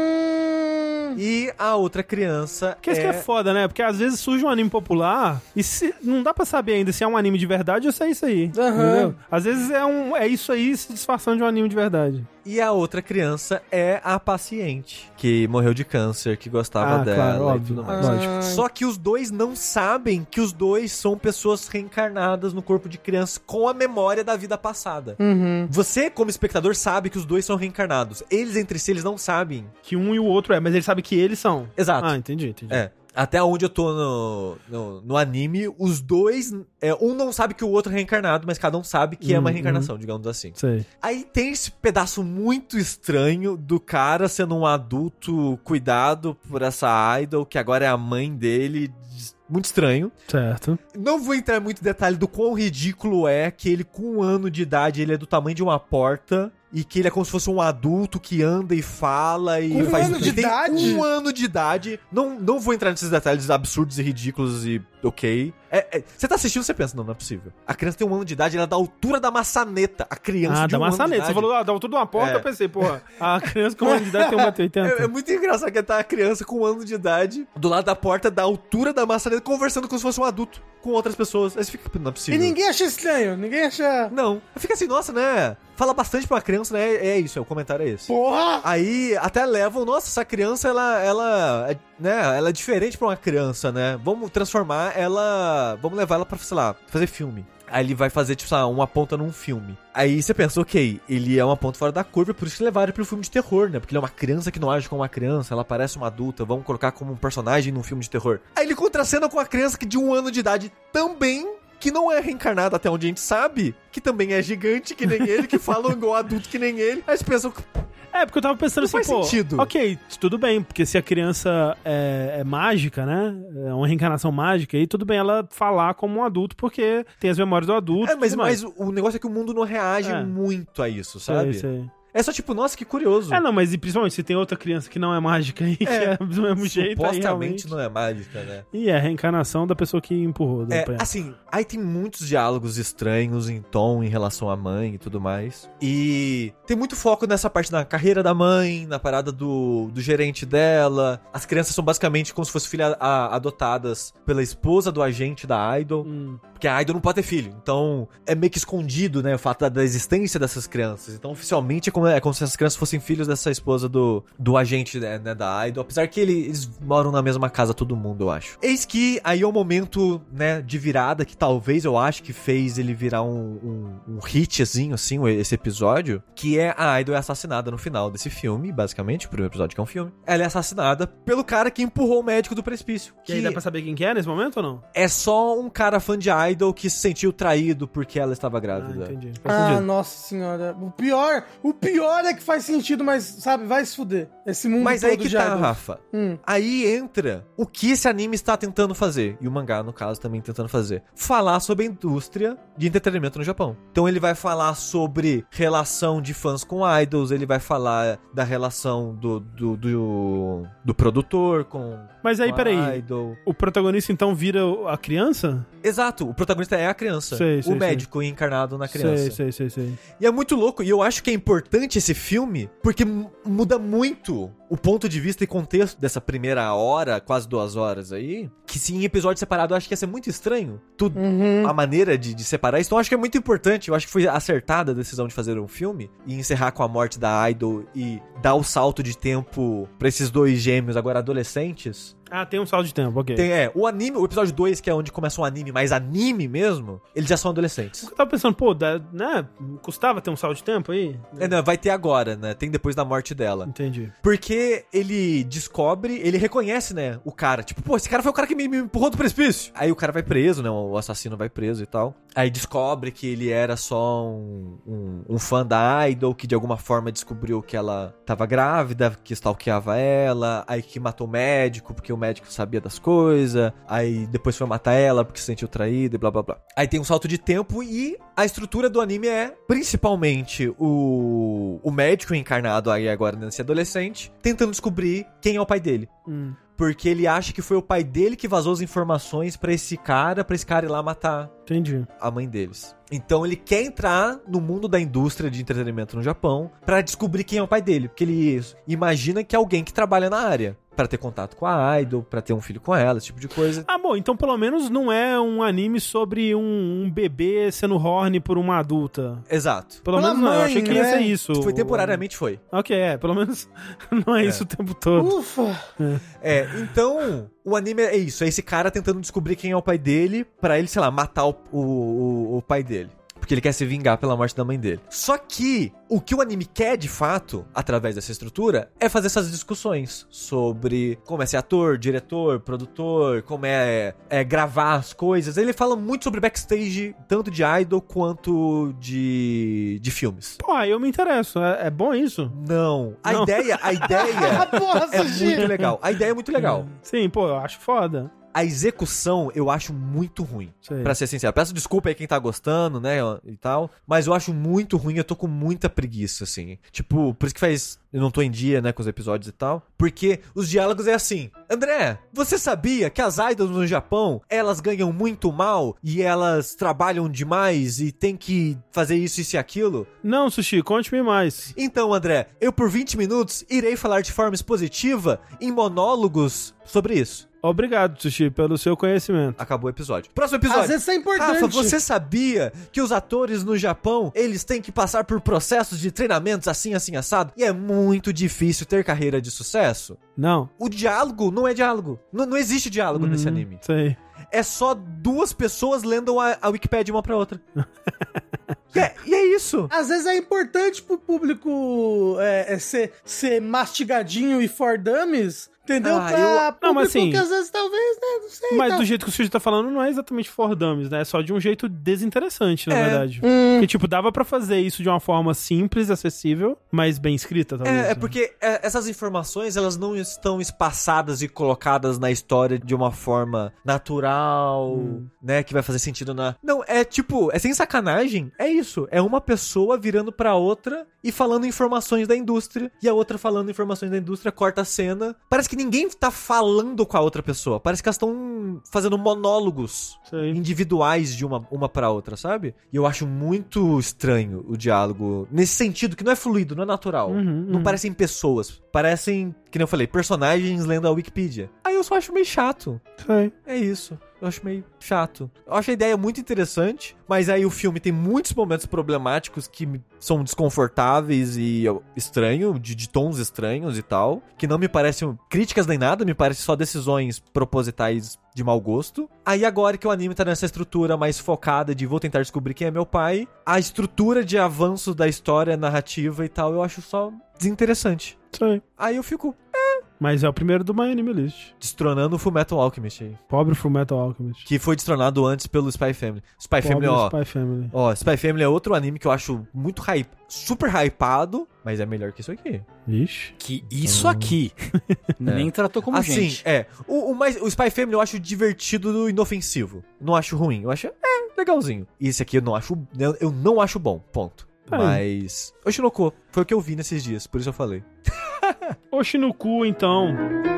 E a outra criança Porque isso que é foda, né? Porque às vezes surge um anime popular e não dá pra saber ainda se é um anime de verdade ou se é isso aí. Entendeu? Às vezes é isso aí se disfarçando de um anime de verdade. E a outra criança é a paciente, que morreu de câncer, que gostava dela. Claro, e óbvio, tudo mais. lógico. Só que os dois não sabem que os dois são pessoas reencarnadas no corpo de criança com a memória da vida passada. Você, como espectador, sabe que os dois são reencarnados. Eles, entre si, eles não sabem. Que um e o outro mas ele sabe que eles são. Exato. Ah, entendi. É. Até onde eu tô no anime, os dois... um não sabe que o outro é reencarnado, mas cada um sabe que é uma reencarnação, digamos assim. Sei. Aí tem esse pedaço muito estranho do cara sendo um adulto cuidado por essa idol, que agora é a mãe dele. Muito estranho. Certo. Não vou entrar muito em detalhe do quão ridículo é que ele, com 1 ano de idade, ele é do tamanho de uma porta... E que ele é como se fosse um adulto que anda e fala e com faz... 1 ano de idade? Tem 1 ano de idade. Não vou entrar nesses detalhes absurdos e ridículos e ok. Você tá assistindo, você pensa, não é possível. A criança tem 1 ano de idade, ela é da altura da maçaneta. A criança de da 1 ano de maçaneta. idade. Você falou, da altura de uma porta, eu pensei, porra, a criança com 1 ano de idade tem 1,80 m. É muito engraçado que tá a criança com 1 ano de idade, do lado da porta, da altura da maçaneta, conversando como se fosse um adulto com outras pessoas. Aí você fica, não é possível. E ninguém acha estranho, ninguém acha... Não. Fica assim, nossa, né? Fala bastante pra criança, né? É isso, o comentário é esse. Porra! Aí até levam, nossa, essa criança, ela é diferente pra uma criança, né? Vamos transformar ela, vamos levar ela pra, sei lá, fazer filme. Aí ele vai fazer, tipo, uma ponta num filme. Aí você pensa, ok, ele é uma ponta fora da curva, por isso que levaram ele pro filme de terror, né? Porque ele é uma criança que não age como uma criança, ela parece uma adulta, vamos colocar como um personagem num filme de terror. Aí ele contracena com a criança que de 1 ano de idade também... que não é reencarnado até onde a gente sabe, que também é gigante que nem ele, que fala igual adulto que nem ele. Aí você pensa... Porque eu tava pensando não assim, faz sentido. Ok, tudo bem, porque se a criança é mágica, né, é uma reencarnação mágica, aí tudo bem ela falar como um adulto, porque tem as memórias do adulto. Mas o negócio é que o mundo não reage muito a isso, sabe? Sei. É só tipo, nossa, que curioso. Não, mas e principalmente se tem outra criança que não é mágica aí, que é do mesmo jeito, aí realmente... Supostamente não é mágica, né? E é a reencarnação da pessoa que empurrou. Assim, aí tem muitos diálogos estranhos em tom em relação à mãe e tudo mais. E tem muito foco nessa parte da carreira da mãe, na parada do gerente dela. As crianças são basicamente como se fossem filhas adotadas pela esposa do agente da idol. Porque a idol não pode ter filho. Então, é meio que escondido, né, o fato da existência dessas crianças. Então, oficialmente, é como é como se essas crianças fossem filhos dessa esposa do agente, né, da Idol. Apesar que eles moram na mesma casa, todo mundo, eu acho. Eis que aí é o momento, né, de virada que talvez eu acho que fez ele virar um hitzinho, assim, esse episódio, que é a Idol é assassinada no final desse filme, basicamente, o primeiro episódio que é um filme. Ela é assassinada pelo cara que empurrou o médico do precipício. E aí dá pra saber quem que é nesse momento ou não? É só um cara fã de Idol que se sentiu traído porque ela estava grávida. Entendi. Faz sentido. Nossa senhora. O pior é que faz sentido, mas, sabe, vai se fuder. Esse mundo mas todo aí que de tá, idols. Rafa. Aí entra o que esse anime está tentando fazer. E o mangá, no caso, também tentando fazer. Falar sobre a indústria de entretenimento no Japão. Então ele vai falar sobre relação de fãs com idols, ele vai falar da relação do produtor com Mas aí, com a peraí. idol. O protagonista, então, vira a criança? Exato, o protagonista é a criança. Sei, o médico encarnado na criança. Sei. E é muito louco, e eu acho que é importante esse filme, porque muda muito o ponto de vista e contexto dessa primeira hora, quase 2 horas aí, que se em episódio separado eu acho que ia ser muito estranho. Tudo, a maneira de separar isso. Então eu acho que é muito importante, eu acho que foi acertada a decisão de fazer um filme e encerrar com a morte da Idol e dar o salto de tempo pra esses 2 gêmeos agora adolescentes. Ah, tem um salto de tempo, ok. O anime, o episódio 2, que é onde começa um anime, mais anime mesmo, eles já são adolescentes. Eu tava pensando, né, custava ter um salto de tempo aí? Não, vai ter agora, né? Tem depois da morte dela. Entendi. Porque ele descobre, ele reconhece, né, o cara. Tipo, esse cara foi o cara que me empurrou do precipício. Aí o cara vai preso, né, o assassino vai preso e tal. Aí descobre que ele era só um fã da Idol, que de alguma forma descobriu que ela tava grávida, que stalkeava ela, aí que matou o médico, porque o médico sabia das coisas, aí depois foi matar ela porque se sentiu traído e blá blá blá. Aí tem um salto de tempo e a estrutura do anime é principalmente o médico encarnado aí agora nesse adolescente tentando descobrir quem é o pai dele. Porque ele acha que foi o pai dele que vazou as informações pra esse cara ir lá matar a mãe deles. Então ele quer entrar no mundo da indústria de entretenimento no Japão pra descobrir quem é o pai dele. Porque ele imagina que é alguém que trabalha na área. Pra ter contato com a Idol, pra ter um filho com ela, esse tipo de coisa. Ah, bom, então pelo menos não é um anime sobre um bebê sendo horny por uma adulta. Exato. Pelo menos não, eu achei que ia ser isso. Foi temporariamente, foi. Ok, pelo menos não é isso o tempo todo. Ufa! Então, o anime é isso, é esse cara tentando descobrir quem é o pai dele, pra ele, sei lá, matar o pai dele. Porque ele quer se vingar pela morte da mãe dele. Só que o que o anime quer, de fato, através dessa estrutura, é fazer essas discussões sobre como é ser ator, diretor, produtor, como é gravar as coisas. Ele fala muito sobre backstage, tanto de idol quanto de filmes. Pô, eu me interesso. É bom isso? Não. A Não. ideia Porra, é Sushi. muito legal. A ideia é muito legal. Sim, pô, eu acho foda. A execução eu acho muito ruim, Sei. pra ser sincero. Peço desculpa aí quem tá gostando, né, e tal, mas eu acho muito ruim, eu tô com muita preguiça, assim. Tipo, por isso que eu não tô em dia, né, com os episódios e tal, porque os diálogos é assim: André, você sabia que as idols no Japão, elas ganham muito mal e elas trabalham demais e tem que fazer isso e aquilo? Não, Sushi, conte-me mais. Então, André, eu por 20 minutos irei falar de forma expositiva em monólogos sobre isso. Obrigado, Sushi, pelo seu conhecimento. Acabou o episódio. Próximo episódio. Às vezes é importante. Rafa, você sabia que os atores no Japão, eles têm que passar por processos de treinamentos assim, assim, assado? E é muito difícil ter carreira de sucesso? Não. O diálogo não é diálogo. Não existe diálogo nesse anime. Sei. É só 2 pessoas lendo a Wikipédia uma pra outra. E é isso. Às vezes é importante pro público ser mastigadinho e for dummies, entendeu? Pra Não, mas público assim, que às vezes talvez, né, não sei. Mas tal. do jeito que o Sushi tá falando, não é exatamente for dummies, né? É só de um jeito desinteressante, na verdade. Porque, tipo, dava pra fazer isso de uma forma simples, acessível, mas bem escrita, talvez. É porque essas informações, elas não estão espaçadas e colocadas na história de uma forma natural, né, que vai fazer sentido na... Não, é tipo, é sem sacanagem, é isso. É uma pessoa virando pra outra e falando informações da indústria, e a outra falando informações da indústria, corta a cena. Parece que ninguém tá falando com a outra pessoa. Parece que elas estão fazendo monólogos individuais de uma pra outra, sabe? E eu acho muito estranho o diálogo, nesse sentido, que não é fluido, não é natural. Não parecem pessoas. Parecem que nem eu falei, personagens lendo a Wikipedia. Aí eu só acho meio chato. Sei. É isso. Eu acho meio chato. Eu acho a ideia muito interessante, mas aí o filme tem muitos momentos problemáticos que são desconfortáveis e estranhos, de tons estranhos e tal, que não me parecem críticas nem nada, me parecem só decisões propositais de mau gosto. Aí agora que o anime tá nessa estrutura mais focada de vou tentar descobrir quem é meu pai, a estrutura de avanço da história, narrativa e tal, eu acho só desinteressante. Sei. Aí eu fico Mas é o primeiro do My Anime List. destronando o Fullmetal Alchemist aí. Pobre Fullmetal Alchemist. Que foi destronado antes pelo Spy Family. Spy Family, ó. Spy Family. Ó, Spy Family é outro anime que eu acho muito super hypado, mas é melhor que isso aqui. Ixi. Que isso aqui nem tratou como Assim, gente. o Spy Family eu acho divertido e inofensivo. Não acho ruim. Eu acho, legalzinho. E esse aqui eu não acho bom, ponto. Mas Oshinoko foi o que eu vi nesses dias, por isso eu falei. Oshinoku, então.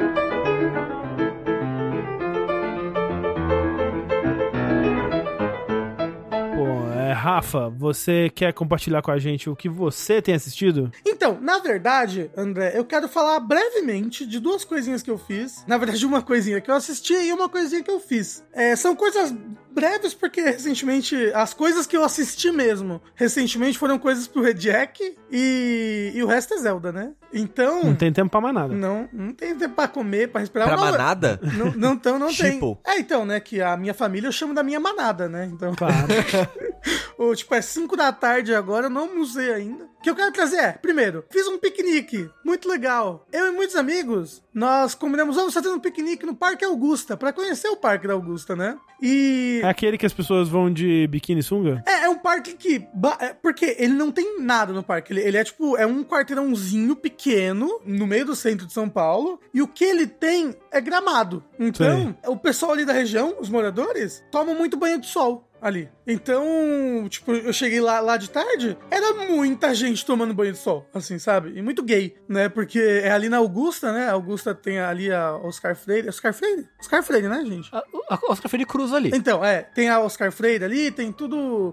Rafa, você quer compartilhar com a gente o que você tem assistido? Então, na verdade, André, eu quero falar brevemente de duas coisinhas que eu fiz. Na verdade, uma coisinha que eu assisti e uma coisinha que eu fiz. São coisas breves porque, recentemente, as coisas que eu assisti mesmo, recentemente foram coisas pro Red Jack e o resto é Zelda, né? Então... Não tem tempo pra mais nada. Não tem tempo pra comer, pra respirar. Pra manada? Não tem. Tipo. Então, né, que a minha família eu chamo da minha manada, né? Então... Claro. Tipo, é 5 da tarde agora, eu não almocei ainda. O que eu quero trazer primeiro, fiz um piquenique, muito legal. Eu e muitos amigos, nós combinamos, vamos fazer um piquenique no Parque Augusta, pra conhecer o Parque da Augusta, né? E... É aquele que as pessoas vão de biquíni sunga? É um parque que... Porque ele não tem nada no parque. Ele é tipo, é um quarteirãozinho pequeno, no meio do centro de São Paulo, e o que ele tem é gramado. Então, o pessoal ali da região, os moradores, tomam muito banho de sol ali. Então, tipo, eu cheguei lá de tarde, era muita gente tomando banho de sol, assim, sabe? E muito gay, né? Porque é ali na Augusta, né? A Augusta tem ali a Oscar Freire. Oscar Freire, né, gente? A Oscar Freire cruza ali. Então, tem a Oscar Freire ali, tem tudo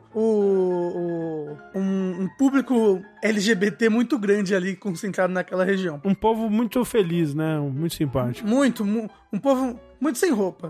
um público LGBT muito grande ali, concentrado naquela região. Um povo muito feliz, né? Muito simpático. Um povo muito sem roupa.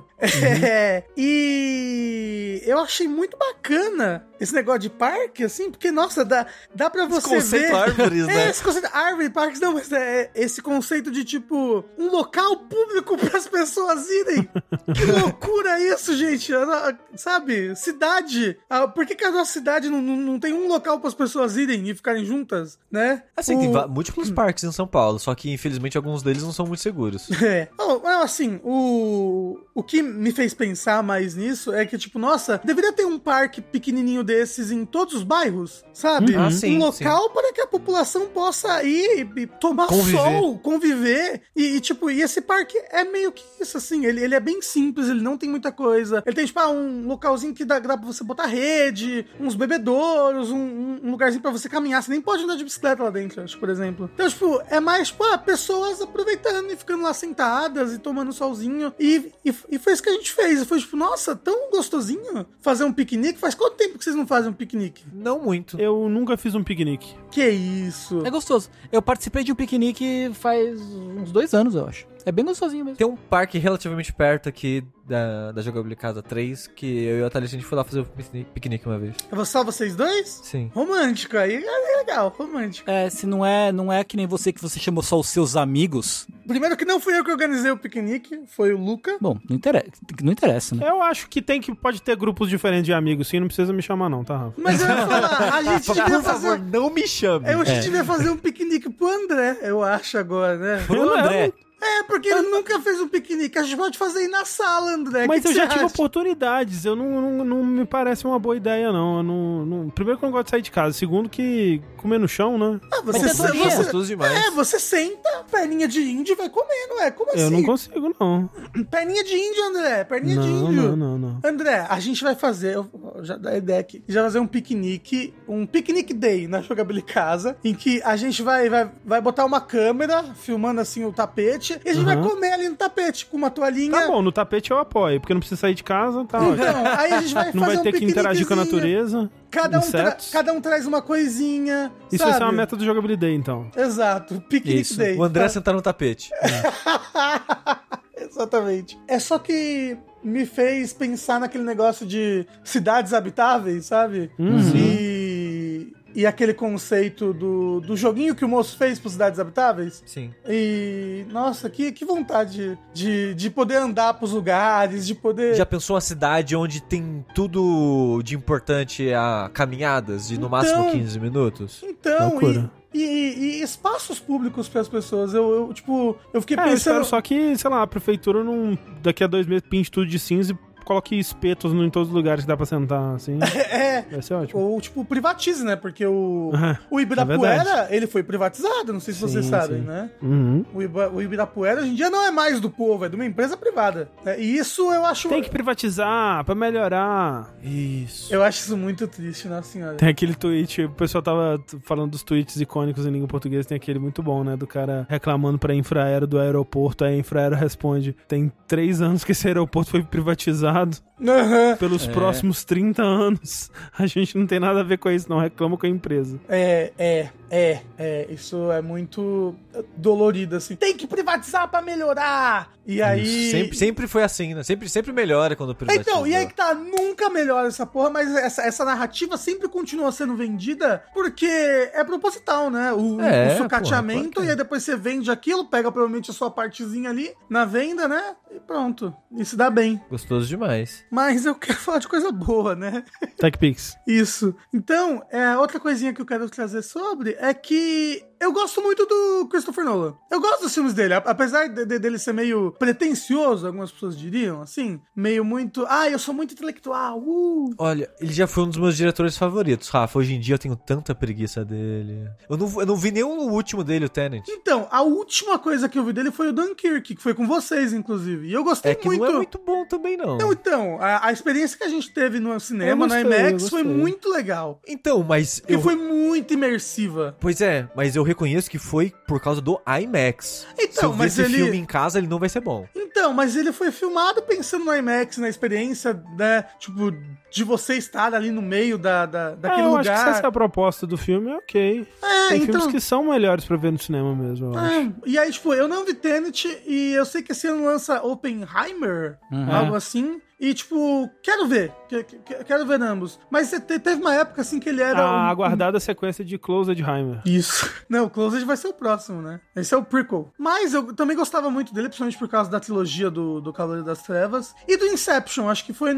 E eu achei muito bacana esse negócio de parque, assim, porque, nossa, dá pra você ver... Esse conceito árvores, né? Esse conceito árvore, parques, não, mas esse conceito de, tipo, um local público pras pessoas irem. Que loucura isso, gente. Sabe? Cidade. Por que a nossa cidade não tem um local pras pessoas irem e ficarem juntas, né? Assim, tem múltiplos parques em São Paulo, só que, infelizmente, alguns deles não são muito seguros. Assim, o que me fez pensar mais nisso é que, tipo, nossa, deveria ter um parque pequenininho desses em todos os bairros, sabe? Sim, um local para que a população possa ir e tomar sol, conviver. E esse parque é meio que isso, assim, ele é bem simples, ele não tem muita coisa. Ele tem, tipo, um localzinho que dá pra você botar rede, uns bebedouros, um lugarzinho pra você caminhar. Você nem pode andar de bicicleta lá dentro, acho, por exemplo. Então, tipo, é mais, pessoas aproveitando e ficando lá sentadas e tomando solzinho. E foi isso que a gente fez. Foi tipo, nossa, tão gostosinho fazer um piquenique. Faz quanto tempo que vocês não fazem um piquenique? Não muito. Eu nunca fiz um piquenique. Que isso? É gostoso. Eu participei de um piquenique faz uns 2 anos, eu acho. É bem gostosinho mesmo. Tem um parque relativamente perto aqui da Jogabilidade Casa 3, que eu e a Thalita, a gente foi lá fazer um piquenique uma vez. É só vocês dois? Sim. Romântico, aí é legal, romântico. Se não é que nem você, que você chamou só os seus amigos. Primeiro que não fui eu que organizei o piquenique, foi o Luca. Bom, não interessa, né? Eu acho que pode ter grupos diferentes de amigos, sim, não precisa me chamar não, tá, Rafa? Mas eu ia falar, a gente devia Por favor, não me chame. A gente devia fazer um piquenique pro André, eu acho agora, né? Pro André. Porque ele nunca fez um piquenique. A gente pode fazer aí na sala, André. Mas que eu você já tive acha? oportunidades. Eu não me parece uma boa ideia, não. Eu não. Primeiro que eu não gosto de sair de casa. Segundo que comer no chão, né? É gostoso demais. Você senta, perninha de índio e vai comer, não é? Como assim? Eu não consigo, não. Perninha de índio, André. Perninha de índio. Não. André, a gente vai fazer, eu já dá a ideia aqui, já vai fazer um piquenique day na Jogabilidade Casa, em que a gente vai botar uma câmera filmando assim o tapete tapete e a gente vai comer ali no tapete, com uma toalhinha. Tá bom, no tapete eu apoio, porque não precisa sair de casa, tá ótimo. Então, aí a gente vai Não fazer vai ter que interagir com a piqueniquezinho. natureza. Cada um traz uma coisinha, Isso sabe? vai ser uma meta do Jogabilidade, então. Exato, Picnic Isso. Day. O André tá? sentar no tapete. Exatamente. É só que me fez pensar naquele negócio de cidades habitáveis, sabe? E aquele conceito do joguinho que o moço fez para cidades habitáveis. Sim. E, nossa, que vontade de poder andar pros lugares, de poder... Já pensou uma cidade onde tem tudo de importante a caminhadas de no máximo 15 minutos? Então, Loucura. e espaços públicos para as pessoas. Eu fiquei Eu pensando... espero só que, sei lá, a prefeitura não, daqui a 2 meses pinte tudo de cinza e coloque espetos em todos os lugares que dá pra sentar, assim. Vai ser ótimo. Ou, privatize, né? Porque o É Ibirapuera, ele foi privatizado, não sei se vocês sabem, né? Uhum. O Ibirapuera hoje em dia não é mais do povo, é de uma empresa privada. E isso eu acho... Tem que privatizar pra melhorar. Isso. Eu acho isso muito triste, nossa senhora. Tem aquele tweet, o pessoal tava falando dos tweets icônicos em língua portuguesa, tem aquele muito bom, né? Do cara reclamando pra Infraero do aeroporto, aí a Infraero responde, tem 3 anos que esse aeroporto foi privatizado. Pelos próximos 30 anos. A gente não tem nada a ver com isso, não. Reclama com a empresa. Isso é muito dolorido, assim. Tem que privatizar pra melhorar! E aí... Sempre foi assim, né? Sempre melhora quando privatiza. Então, e aí que tá, nunca melhora essa porra, mas essa narrativa sempre continua sendo vendida porque é proposital, né? O sucateamento, porra, claro que e aí depois você vende aquilo, pega provavelmente a sua partezinha ali na venda, né? E pronto. E se dá bem. Gostoso demais. Mas eu quero falar de coisa boa, né? TechPix. Isso. Então, outra coisinha que eu quero trazer sobre é que eu gosto muito do Christopher Nolan. Eu gosto dos filmes dele, apesar dele ser meio pretencioso, algumas pessoas diriam, assim, meio muito... eu sou muito intelectual, Olha, ele já foi um dos meus diretores favoritos, Rafa. Hoje em dia eu tenho tanta preguiça dele. Eu não vi nenhum último dele, o Tenet. Então, a última coisa que eu vi dele foi o Dunkirk, que foi com vocês, inclusive. E eu gostei muito. É que não é muito bom também, não. Não, então, a experiência que a gente teve no cinema, na IMAX, foi muito legal. Então, mas... Porque foi muito imersiva. Pois é, mas eu reconheço que foi por causa do IMAX. Então, se eu ver mas esse filme em casa, ele não vai ser bom. Então, mas ele foi filmado pensando no IMAX, na experiência, né, de você estar ali no meio daquele eu lugar. acho que se essa é a proposta do filme, é ok. Tem filmes que são melhores pra ver no cinema mesmo, eu acho. E aí, eu não vi Tenet e eu sei que esse ano lança Oppenheimer, algo assim. E, quero ver. Quero ver ambos. Mas teve uma época, assim, que ele era... A aguardada sequência de Closedheimer. Isso. Não, o Closed vai ser o próximo, né? Esse é o prequel. Mas eu também gostava muito dele, principalmente por causa da trilogia do Cavaleiro das Trevas. E do Inception. Acho que foi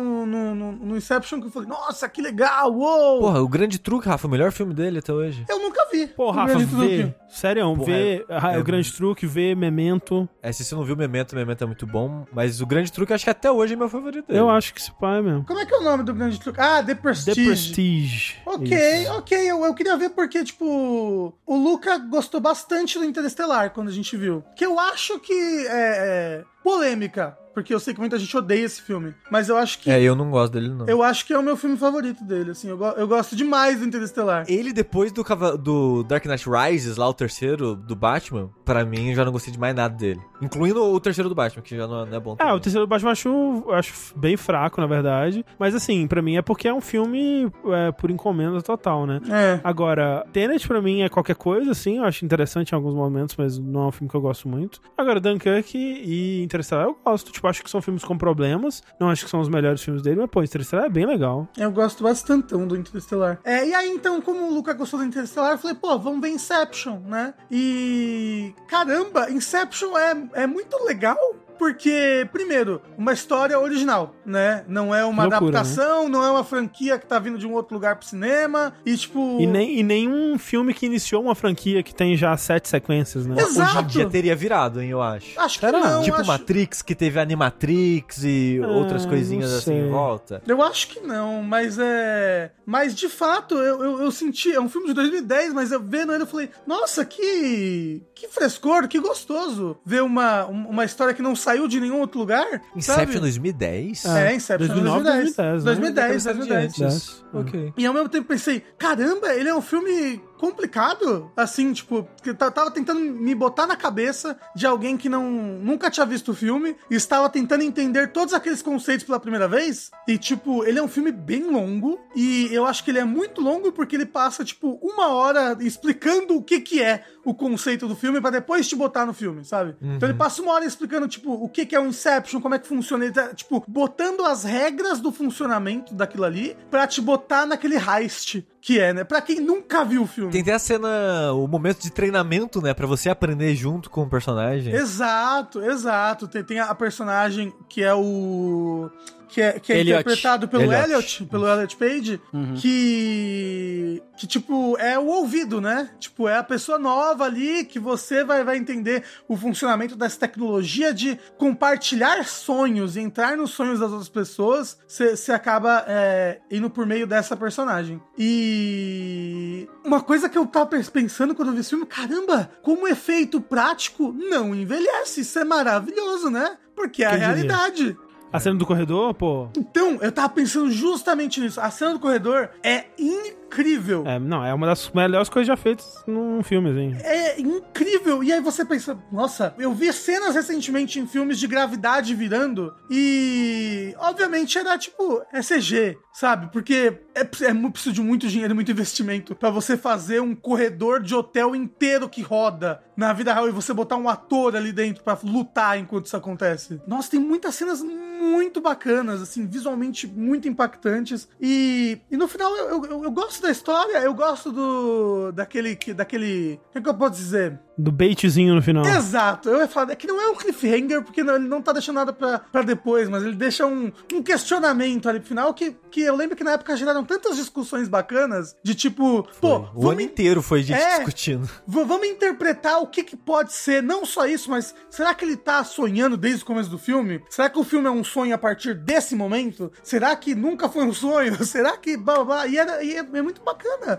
no Inception que eu falei, nossa, que legal, uou! Porra, o Grande Truque, Rafa, o melhor filme dele até hoje. Eu nunca vi. Porra, Rafa, vê. Sério, vê o Grande Truque, vê Memento. Se você não viu Memento é muito bom. Mas o Grande Truque, acho que até hoje é meu favorito dele. Eu acho que esse pai é mesmo. Como é que é o nome do Grande Truque? The Prestige. The Prestige. Ok. Eu queria ver porque, o Luca gostou bastante do Interestelar quando a gente viu. Que eu acho que é polêmica. Porque eu sei que muita gente odeia esse filme. Mas eu acho que... eu não gosto dele, não. Eu acho que é o meu filme favorito dele, assim. Eu gosto demais do Interestelar. Ele, depois do Dark Knight Rises, lá o terceiro do Batman, pra mim, eu já não gostei de mais nada dele. Incluindo o terceiro do Batman, que já não é bom também. O terceiro do Batman eu acho bem fraco, na verdade. Mas, assim, pra mim é porque é um filme por encomenda total, né? Agora, Tenet pra mim é qualquer coisa, assim. Eu acho interessante em alguns momentos, mas não é um filme que eu gosto muito. Agora, Dunkirk e Interestelar eu gosto. Acho que são filmes com problemas. Não acho que são os melhores filmes dele, mas, Interestelar é bem legal. Eu gosto bastante do Interestelar. E aí, então, como o Luca gostou do Interestelar, eu falei, vamos ver Inception, né? E... caramba, Inception é muito legal. Porque, primeiro, uma história original, né? Não é uma adaptação, né? Não é uma franquia que tá vindo de um outro lugar pro cinema. E, E nenhum filme que iniciou uma franquia que tem já 7 sequências, né? Exato. Hoje em dia teria virado, hein, eu acho. Acho que não. Tipo Matrix, que teve Animatrix e outras coisinhas assim em volta. Eu acho que não, mas Mas, de fato, eu senti... É um filme de 2010, mas eu vendo ele, eu falei... Nossa, que frescor, que gostoso. Ver uma história que não saiu de nenhum outro lugar. Inception 2010? Inception 2010. 2010. Ok. E ao mesmo tempo pensei, caramba, ele é um filme complicado, assim, tipo, que eu tava tentando me botar na cabeça de alguém que nunca tinha visto o filme e estava tentando entender todos aqueles conceitos pela primeira vez. E, tipo, ele é um filme bem longo e eu acho que ele é muito longo porque ele passa, tipo, 1 hora explicando o que é o conceito do filme pra depois te botar no filme, sabe? Então ele passa 1 hora explicando, tipo, o que é o Inception, como é que funciona, ele tá, tipo, botando as regras do funcionamento daquilo ali pra te botar naquele heist que é, né? Pra quem nunca viu o filme. Tem até a cena, o momento de treinamento, né? Pra você aprender junto com o personagem. Exato. Tem a personagem que é o... Que é Elliot. interpretado pelo Elliot Page, que, tipo, é o ouvido, né? Tipo, é a pessoa nova ali que você vai entender o funcionamento dessa tecnologia de compartilhar sonhos e entrar nos sonhos das outras pessoas, você acaba indo por meio dessa personagem. E uma coisa que eu tava pensando quando eu vi esse filme, caramba, como efeito prático não envelhece, isso é maravilhoso, né? Porque é a realidade. A cena do corredor, pô... Então, eu tava pensando justamente nisso. A cena do corredor é incrível. É uma das melhores coisas já feitas num filme, assim. É incrível. E aí você pensa, nossa, eu vi cenas recentemente em filmes de gravidade virando e, obviamente, era tipo, é CG, sabe? Porque precisa de muito dinheiro e muito investimento pra você fazer um corredor de hotel inteiro que roda na vida real e você botar um ator ali dentro pra lutar enquanto isso acontece. Nossa, tem muitas cenas muito bacanas, assim, visualmente muito impactantes. E no final eu gosto da história, eu gosto daquele... Como é que eu posso dizer? Do baitzinho no final. Exato, eu ia falar, é que não é um cliffhanger, porque ele não tá deixando nada pra depois, mas ele deixa um questionamento ali no final, que eu lembro que na época geraram tantas discussões bacanas, de tipo, O ano inteiro foi gente discutindo. Vamos interpretar o que pode ser, não só isso, mas será que ele tá sonhando desde o começo do filme? Será que o filme é um sonho a partir desse momento? Será que nunca foi um sonho? Será que... Blá, blá? E é muito bacana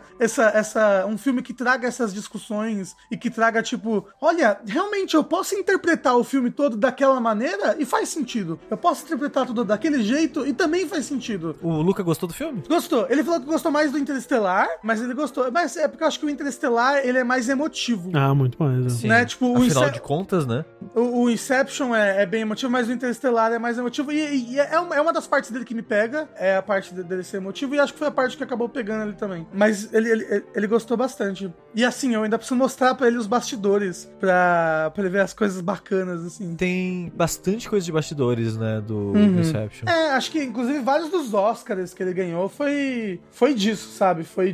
um filme que traga essas discussões e que traga, tipo, olha, realmente eu posso interpretar o filme todo daquela maneira e faz sentido. Eu posso interpretar tudo daquele jeito e também faz sentido. O Luca gostou do filme? Gostou. Ele falou que gostou mais do Interestelar, mas ele gostou. Mas é porque eu acho que o Interestelar, ele é mais emotivo. Ah, muito mais. Sim. Né? Tipo, afinal de contas, né? O Inception é bem emotivo, mas o Interestelar é mais emotivo. E é uma das partes dele que me pega, é a parte dele ser emotivo, e acho que foi a parte que acabou pegando ele também. Mas ele gostou bastante. E assim, eu ainda preciso mostrar pra ele os bastidores, pra ele ver as coisas bacanas, assim. Tem bastante coisa de bastidores, né, do Inception. Acho que, inclusive, vários dos Oscars que ele ganhou foi disso, sabe? Foi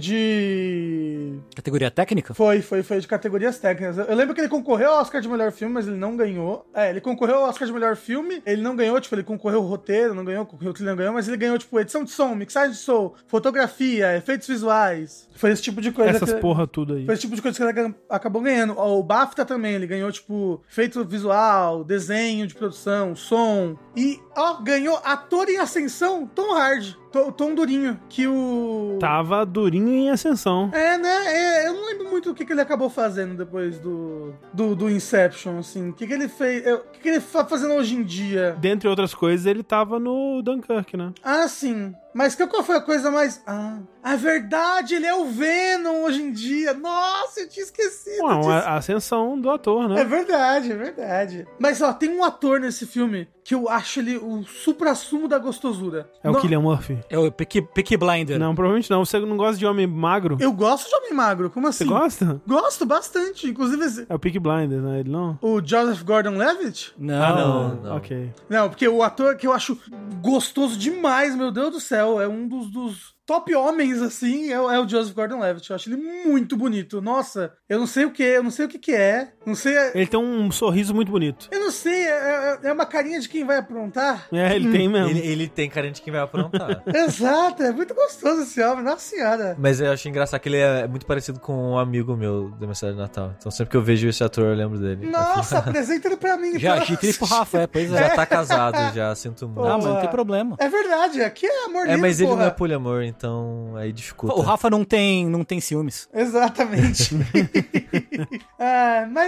de... Categoria técnica? Foi de categorias técnicas. Eu lembro que ele concorreu ao Oscar de melhor filme, mas ele não ganhou. Ele concorreu ao Oscar de melhor filme, ele não ganhou, tipo, ele concorreu ao roteiro, não ganhou, mas ele ganhou, tipo, edição de som, mixagem de som, fotografia, efeitos visuais. Foi esse tipo de coisa. Essas porra tudo aí. Foi esse tipo de coisa que ele acabou ganhando. O BAFTA também, ele ganhou, tipo, efeito visual, desenho de produção, som. E, ganhou ator em ascensão, Tom Hardy. Tom Durinho, que o... Tava durinho em ascensão. Né? Eu não lembro muito o que ele acabou fazendo depois do Inception, assim. O que ele fez... O que ele tá fazendo hoje em dia? Dentre outras coisas, ele tava no Dunkirk, né? Ah, sim. Mas qual foi a coisa mais... É verdade, ele é o Venom hoje em dia. Nossa, eu tinha esquecido disso. A ascensão do ator, né? É verdade. Mas, tem um ator nesse filme que eu acho ele o supra-sumo da gostosura. É o Cillian Murphy. É o Peaky Blinder. Não, provavelmente não. Você não gosta de homem magro? Eu gosto de homem magro, como assim? Você gosta? Gosto bastante, inclusive... É o Peaky Blinder, né? Ele não? O Joseph Gordon-Levitt? Não. Ok. Não, porque o ator que eu acho gostoso demais, meu Deus do céu, é um dos top homens, assim, é o Joseph Gordon-Levitt. Eu acho ele muito bonito. Nossa, eu não sei o que é. Não sei... Ele tem um sorriso muito bonito. Eu não sei, é uma carinha de quem vai aprontar. Ele tem mesmo. Ele tem carinha de quem vai aprontar. Exato, é muito gostoso esse homem, nossa senhora. Mas eu acho engraçado que ele é muito parecido com um amigo meu da minha cidade de Natal. Então sempre que eu vejo esse ator, eu lembro dele. Nossa, apresenta ele pra mim. Já achei pro Rafa, pois é. Já tá casado, já, sinto muito. Mas não tem problema. É verdade, aqui é amor livre, mas ele porra. não é poliamor, então aí dificulta. O Rafa não tem ciúmes. Exatamente.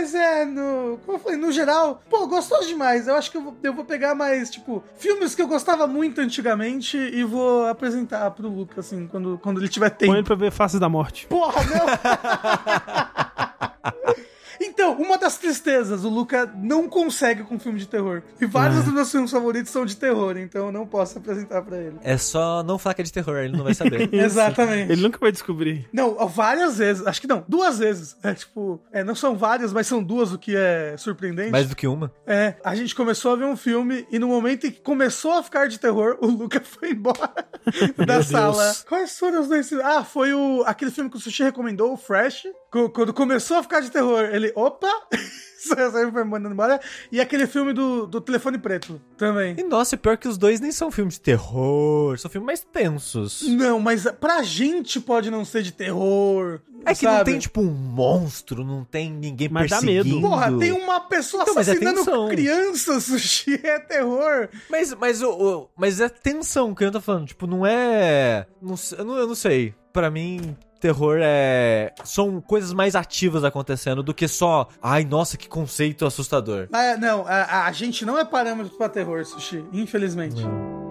Mas como eu falei, no geral, pô, gostoso demais. Eu acho que eu vou pegar mais, tipo, filmes que eu gostava muito antigamente e vou apresentar pro Luca, assim, quando ele tiver tempo. Põe ele pra ver Faces da Morte. Porra, não! Então, uma das tristezas, o Luca não consegue com filme de terror. E vários dos meus filmes favoritos são de terror, então eu não posso apresentar pra ele. É só não falar que é de terror, ele não vai saber. Exatamente. Ele nunca vai descobrir. Não, várias vezes. Acho que não, 2 vezes. Não são várias, mas são 2, o que é surpreendente. Mais do que uma. A gente começou a ver um filme e no momento em que começou a ficar de terror, o Luca foi embora da sala. Deus. Quais foram os dois filmes? Foi aquele filme que o Sushi recomendou, o Fresh. Quando começou a ficar de terror, ele, opa, saiu foi mandando embora. E aquele filme do Telefone Preto também. E nossa, pior que os dois nem são filmes de terror, são filmes mais tensos. Não, mas pra gente pode não ser de terror. É que sabe? não tem, tipo, um monstro, não tem ninguém Mas dá perseguindo. medo. Porra, tem uma pessoa Então, mas é assassinando tensão. crianças, Sushi, é terror. Mas é tensão que eu tô falando, tipo, não é... eu não sei, pra mim... Terror são coisas mais ativas acontecendo do que só, ai, nossa, que conceito assustador. Não, a gente não é parâmetro pra terror, Sushi, infelizmente.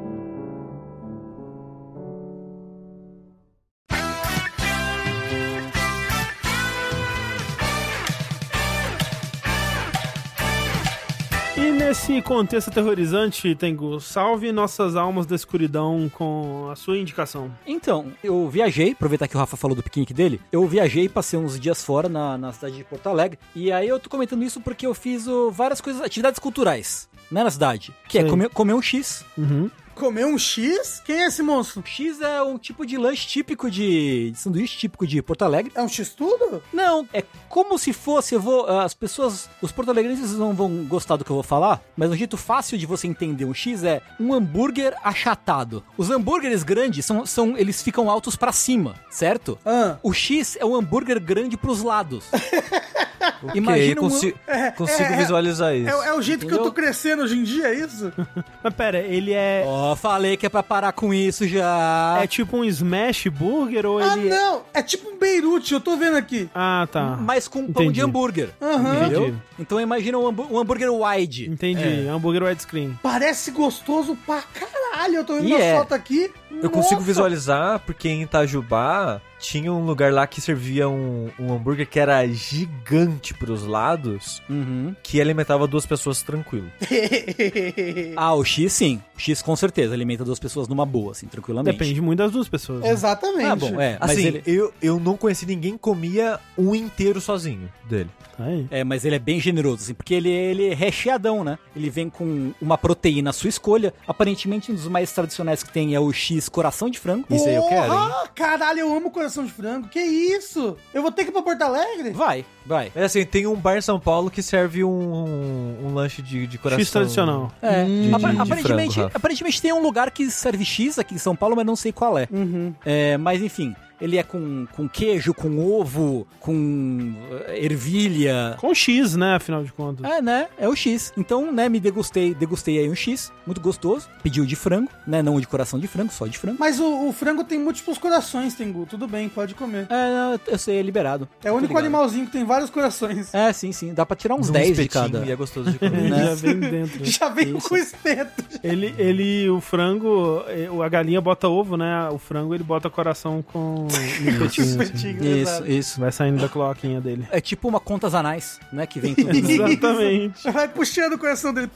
E nesse contexto aterrorizante, Tengu, salve nossas almas da escuridão com a sua indicação. Então, eu viajei, aproveitar que o Rafa falou do piquenique dele, eu viajei, passei uns dias fora na cidade de Porto Alegre, e aí eu tô comentando isso porque eu fiz várias coisas, atividades culturais, né, na cidade, que é comer um X. Uhum. Comer um X? Quem é esse monstro? X é um tipo de lanche típico de sanduíche típico de Porto Alegre. É um X-tudo? Não, é como se fosse, os porto-alegrenses não vão gostar do que eu vou falar, mas um jeito fácil de você entender um X é um hambúrguer achatado. Os hambúrgueres grandes eles ficam altos pra cima, certo? O X é um hambúrguer grande pros lados. Imagina consigo visualizar isso. É o jeito que eu tô crescendo hoje em dia, é isso? Mas pera, ele é... falei que é pra parar com isso já. É tipo um smash burger ou ele... Não, é tipo um Beirute, eu tô vendo aqui. Ah, tá. Mas com pão Entendi. de hambúrguer. Entendeu? Entendeu? Então imagina um hambúrguer wide. Entendi, hambúrguer widescreen. Parece gostoso pra caralho, eu tô vendo E uma é. foto aqui. Eu consigo Nossa. visualizar, porque em Itajubá tinha um lugar lá que servia um hambúrguer que era gigante pros lados, que alimentava 2 pessoas tranquilo. O X sim. O X com certeza alimenta 2 pessoas numa boa, assim, tranquilamente. Depende muito das 2 pessoas. Né? Exatamente. Ah, bom, mas Assim, ele... eu não conheci ninguém que comia um inteiro sozinho dele. Aí. Mas ele é bem generoso, assim, porque ele é recheadão, né? Ele vem com uma proteína à sua escolha. Aparentemente, um dos mais tradicionais que tem é o X coração de frango. Isso aí eu quero, hein? Caralho, eu amo coração de frango. Que isso? Eu vou ter que ir pra Porto Alegre? Vai. É assim, tem um bar em São Paulo que serve um lanche de coração. X tradicional. Aparentemente tem um lugar que serve X aqui em São Paulo, mas não sei qual é. Mas enfim, ele é com queijo, com ovo, com ervilha. Com X, né, afinal de contas. Né? É o X. Então, né, degustei aí um X, muito gostoso. Pediu de frango, né, não de coração de frango, só de frango. Mas o frango tem múltiplos corações, Tengu. Tudo bem, pode comer. Não, eu sei, é liberado. É o único animalzinho que tem vários corações. Sim. Dá pra tirar uns Num 10 de espetinho, cada. e é gostoso de comer. Né? Já vem dentro. Já vem com espeto. O frango, a galinha bota ovo, né? O frango, ele bota coração com espetinho. Assim. Isso. Vai saindo da cloaquinha dele. É tipo uma contas anais, né, que vem tudo. Exatamente. Vai puxando o coração dele.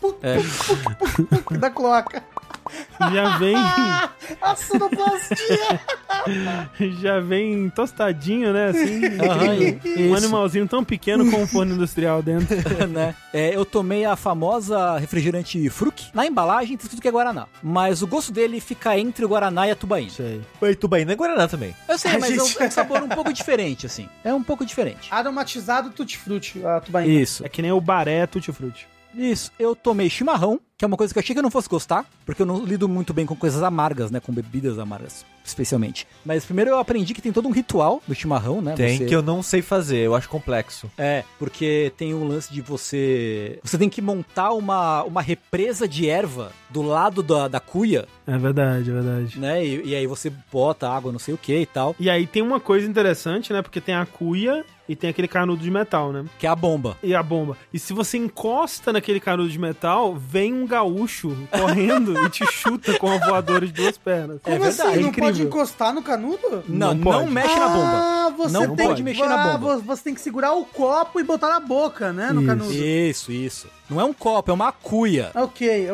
Da cloaca. Já vem... A sonoplastia. Já vem tostadinho, né? Assim. Um Isso. animalzinho tão pequeno com um forno industrial dentro. Né? Eu tomei a famosa refrigerante Fruc. Na embalagem tem escrito que é Guaraná. Mas o gosto dele fica entre o Guaraná e a Tubaína. Sei. E Tubaína é Guaraná também. Eu sei, mas gente- é um sabor um pouco diferente, assim. É um pouco diferente. Aromatizado tutti-frutti, a tubaína. Isso. É que nem o baré tutti-frutti. Isso. Eu tomei chimarrão. que é uma coisa que eu achei que eu não fosse gostar, porque eu não lido muito bem com coisas amargas, né? Com bebidas amargas, especialmente. Mas primeiro eu aprendi que tem todo um ritual do chimarrão, né? Tem, que eu não sei fazer, eu acho complexo. Porque tem um lance de você tem que montar uma represa de erva do lado da cuia. É verdade, é verdade. Né? E aí você bota água, não sei o que e tal. E aí tem uma coisa interessante, né? Porque tem a cuia e tem aquele canudo de metal, né? Que é a bomba. E a bomba. E se você encosta naquele canudo de metal, vem um gaúcho correndo e te chuta com a voadora de 2 pernas. Como verdade, assim? é Não incrível. pode encostar no canudo? Não pode. mexe na bomba. Ah, você Não tem pode mexer na bomba. Você tem que segurar o copo e botar na boca, né? No Isso. canudo. Isso. Não é um copo, é uma cuia, Ok.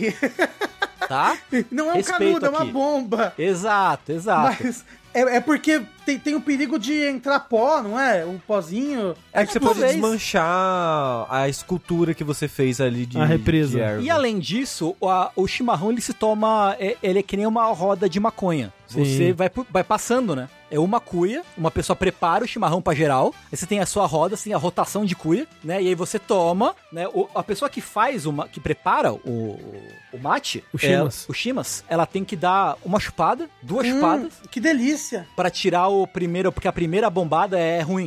tá? Não é um Respeito canudo, é uma aqui. bomba. Exato. Mas é porque tem o perigo de entrar pó, não é? Um pozinho. É que você pode talvez. desmanchar a escultura que você fez ali de A represa. de erva. E além disso, o chimarrão ele se toma, ele é que nem uma roda de maconha. Sim. Você vai passando, né? É uma cuia, uma pessoa prepara o chimarrão pra geral, aí você tem a sua roda, assim, a rotação de cuia, né? E aí você toma, né? A pessoa que faz, que prepara o mate, O chimas, ela tem que dar uma chupada, 2 chupadas, Que delícia. pra tirar o primeiro, porque a primeira bombada é ruim.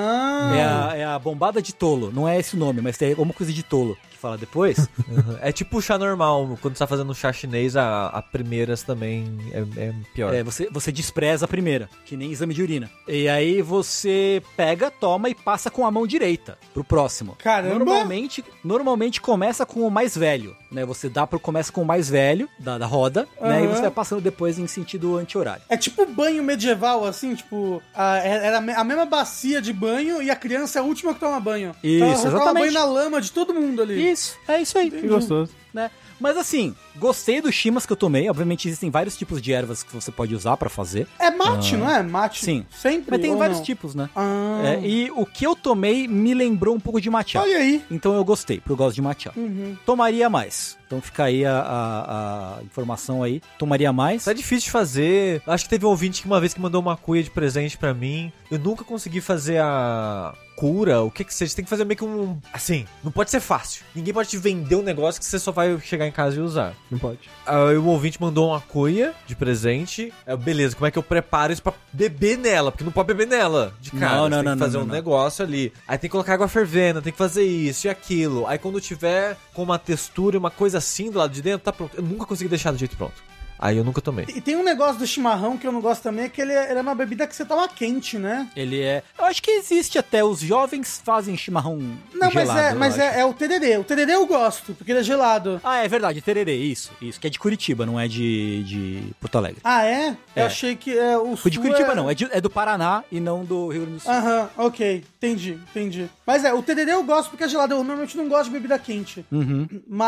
É a bombada de tolo, não é esse o nome, mas tem alguma coisa de tolo que fala depois. Uhum. É tipo o chá normal, quando você tá fazendo chá chinês, a primeiras também é pior. Você despreza a primeira, que nem exame de urina. E aí você pega, toma e passa com a mão direita pro próximo. Caramba! Normalmente começa com o mais velho, né? Você começa com o mais velho da roda, né? E você vai passando depois em sentido anti-horário. É tipo banho medieval, assim, tipo, era a mesma bacia de banho e a criança é a última que toma banho. Isso, Então ela toma exatamente. banho na lama de todo mundo ali. Isso, é isso aí. Que gostoso. Né? Mas assim, gostei dos chimas que eu tomei. Obviamente existem vários tipos de ervas que você pode usar pra fazer. É mate, não é? Mate. Sim. Sempre. Mas tem ou vários não? tipos, né? Ah. E o que eu tomei me lembrou um pouco de matcha. Olha aí. Então eu gostei, porque eu gosto de matcha. Tomaria mais. Então fica aí a informação aí. Tomaria mais. Tá difícil de fazer. Acho que teve um ouvinte que uma vez que mandou uma cuia de presente pra mim. Eu nunca consegui fazer a cura, o que seja. Você tem que fazer meio que um... Assim, não pode ser fácil. Ninguém pode te vender um negócio que você só vai chegar em casa e usar. Não pode. Aí o ouvinte mandou uma cuia de presente. Beleza, como é que eu preparo isso pra beber nela? Porque não pode beber nela de cara. Você tem que fazer um negócio ali. Aí tem que colocar água fervendo, tem que fazer isso e aquilo. Aí quando tiver com uma textura, uma coisa assim do lado de dentro, tá pronto. Eu nunca consegui deixar do jeito pronto. Aí eu nunca tomei. E tem um negócio do chimarrão que eu não gosto também, é que ele é uma bebida que você toma quente, né? Ele é... Eu acho que existe até. Os jovens fazem chimarrão Não, gelado. mas é o tererê. O tererê eu gosto, porque ele é gelado. Ah, é verdade. Tererê, isso. Que é de Curitiba, não é de Porto Alegre. Ah, é? É. Eu achei que o De Curitiba não, é do Paraná e não do Rio Grande do Sul. Aham, ok. Entendi. Mas o tererê eu gosto porque é gelado. Eu normalmente não gosto de bebida quente. Uhum.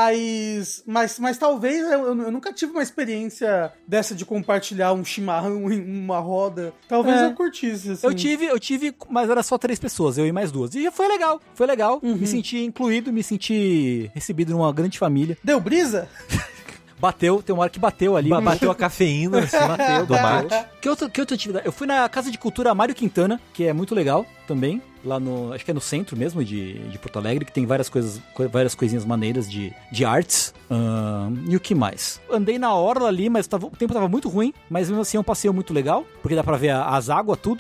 Mas talvez eu nunca tive uma experiência dessa de compartilhar um chimarrão em uma roda. Talvez eu curtisse, assim. Eu tive, mas era só 3 pessoas, eu e mais 2. E foi legal. Me senti incluído, me senti recebido numa grande família. Deu brisa? Bateu, tem uma hora que bateu ali. Bateu a cafeína, assim, do mate. Que outra atividade? Eu fui na Casa de Cultura Mário Quintana, que é muito legal também. Lá no... Acho que é no centro mesmo de Porto Alegre, que tem várias coisinhas maneiras de artes. E o que mais? Andei na orla ali, mas o tempo tava muito ruim. Mas mesmo assim é um passeio muito legal, porque dá pra ver as águas, tudo.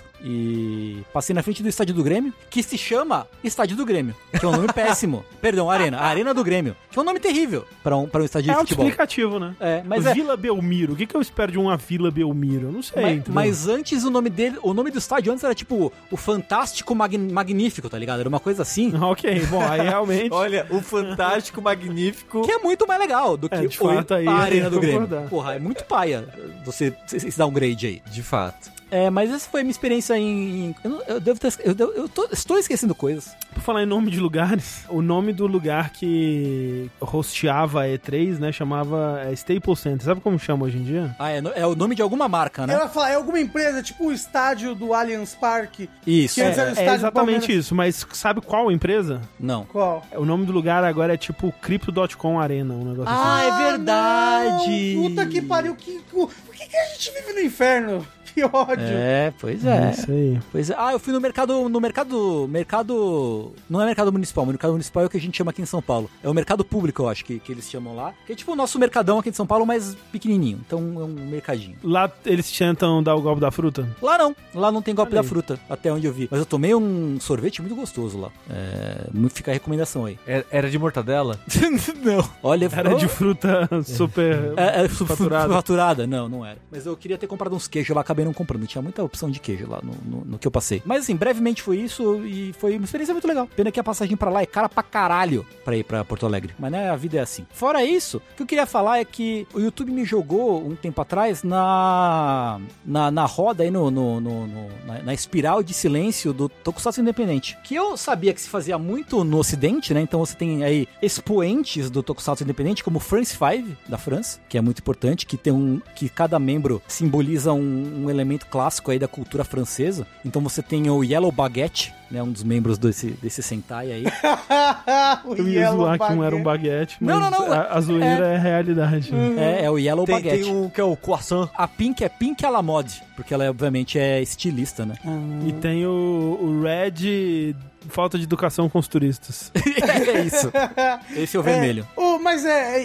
E passei na frente do Estádio do Grêmio, que se chama Estádio do Grêmio, que é um nome péssimo. Perdão, Arena do Grêmio, que é um nome terrível pra um estádio de futebol. É explicativo, né? Mas Vila Belmiro. O que eu espero de uma Vila Belmiro? Eu não sei. Mas antes o nome do estádio antes era tipo o Fantástico Magnífico, tá ligado? Era uma coisa assim. Ok, bom, aí realmente... Olha, o Fantástico Magnífico... Que é muito mais legal do que de fato, aí a Arena do Grêmio. concordar. Porra, é muito paia você se dar um grade aí. De fato. Mas essa foi a minha experiência estou esquecendo coisas. Por falar em nome de lugares, o nome do lugar que hosteava a E3, né, chamava Staples Center. Sabe como chama hoje em dia? É o nome de alguma marca, né? Ela fala, é alguma empresa, tipo o estádio do Allianz Parque. Isso. Que antes era o estádio É exatamente do Palmeiras. isso, mas sabe qual empresa? Não. Qual? O nome do lugar agora é tipo Crypto.com Arena, um negócio assim. É verdade! Não, puta que pariu. Por que a gente vive no inferno? Que ódio. Pois é. Isso aí. Pois é. Ah, eu fui no mercado... Não é mercado municipal. O mercado municipal é o que a gente chama aqui em São Paulo. É o mercado público, eu acho, que eles chamam lá. Que é tipo o nosso mercadão aqui de São Paulo, mas pequenininho. Então é um mercadinho. Lá eles tentam dar o golpe da fruta? Lá não. Lá não tem golpe Olha da aí. fruta, até onde eu vi. Mas eu tomei um sorvete muito gostoso lá. Fica a recomendação aí. Era de mortadela? Não. Olha... Era de fruta super faturada. Faturada? Não era. Mas eu queria ter comprado uns queijos lá, acabei não comprando. Tinha muita opção de queijo lá no que eu passei. Mas assim, brevemente foi isso e foi uma experiência muito legal. Pena que a passagem pra lá é cara pra caralho pra ir pra Porto Alegre. Mas né, a vida é assim. Fora isso, o que eu queria falar é que o YouTube me jogou um tempo atrás na roda aí, na espiral de silêncio do Tokusatsu independente. Que eu sabia que se fazia muito no ocidente, né? Então você tem aí expoentes do Tokusatsu independente, como France 5, da França, que é muito importante, que cada membro simboliza um elemento clássico aí da cultura francesa. Então você tem o Yellow Baguette, né? Um dos membros desse Sentai aí. Eu ia zoar que um era um baguete, mas Não. a zoeira é realidade. É o Yellow Baguette. Tem um que é o croissant. A Pink é Pink à la mode, porque ela obviamente é estilista, né? E tem o Red... Falta de educação com os turistas. É isso. Esse é o vermelho. Mas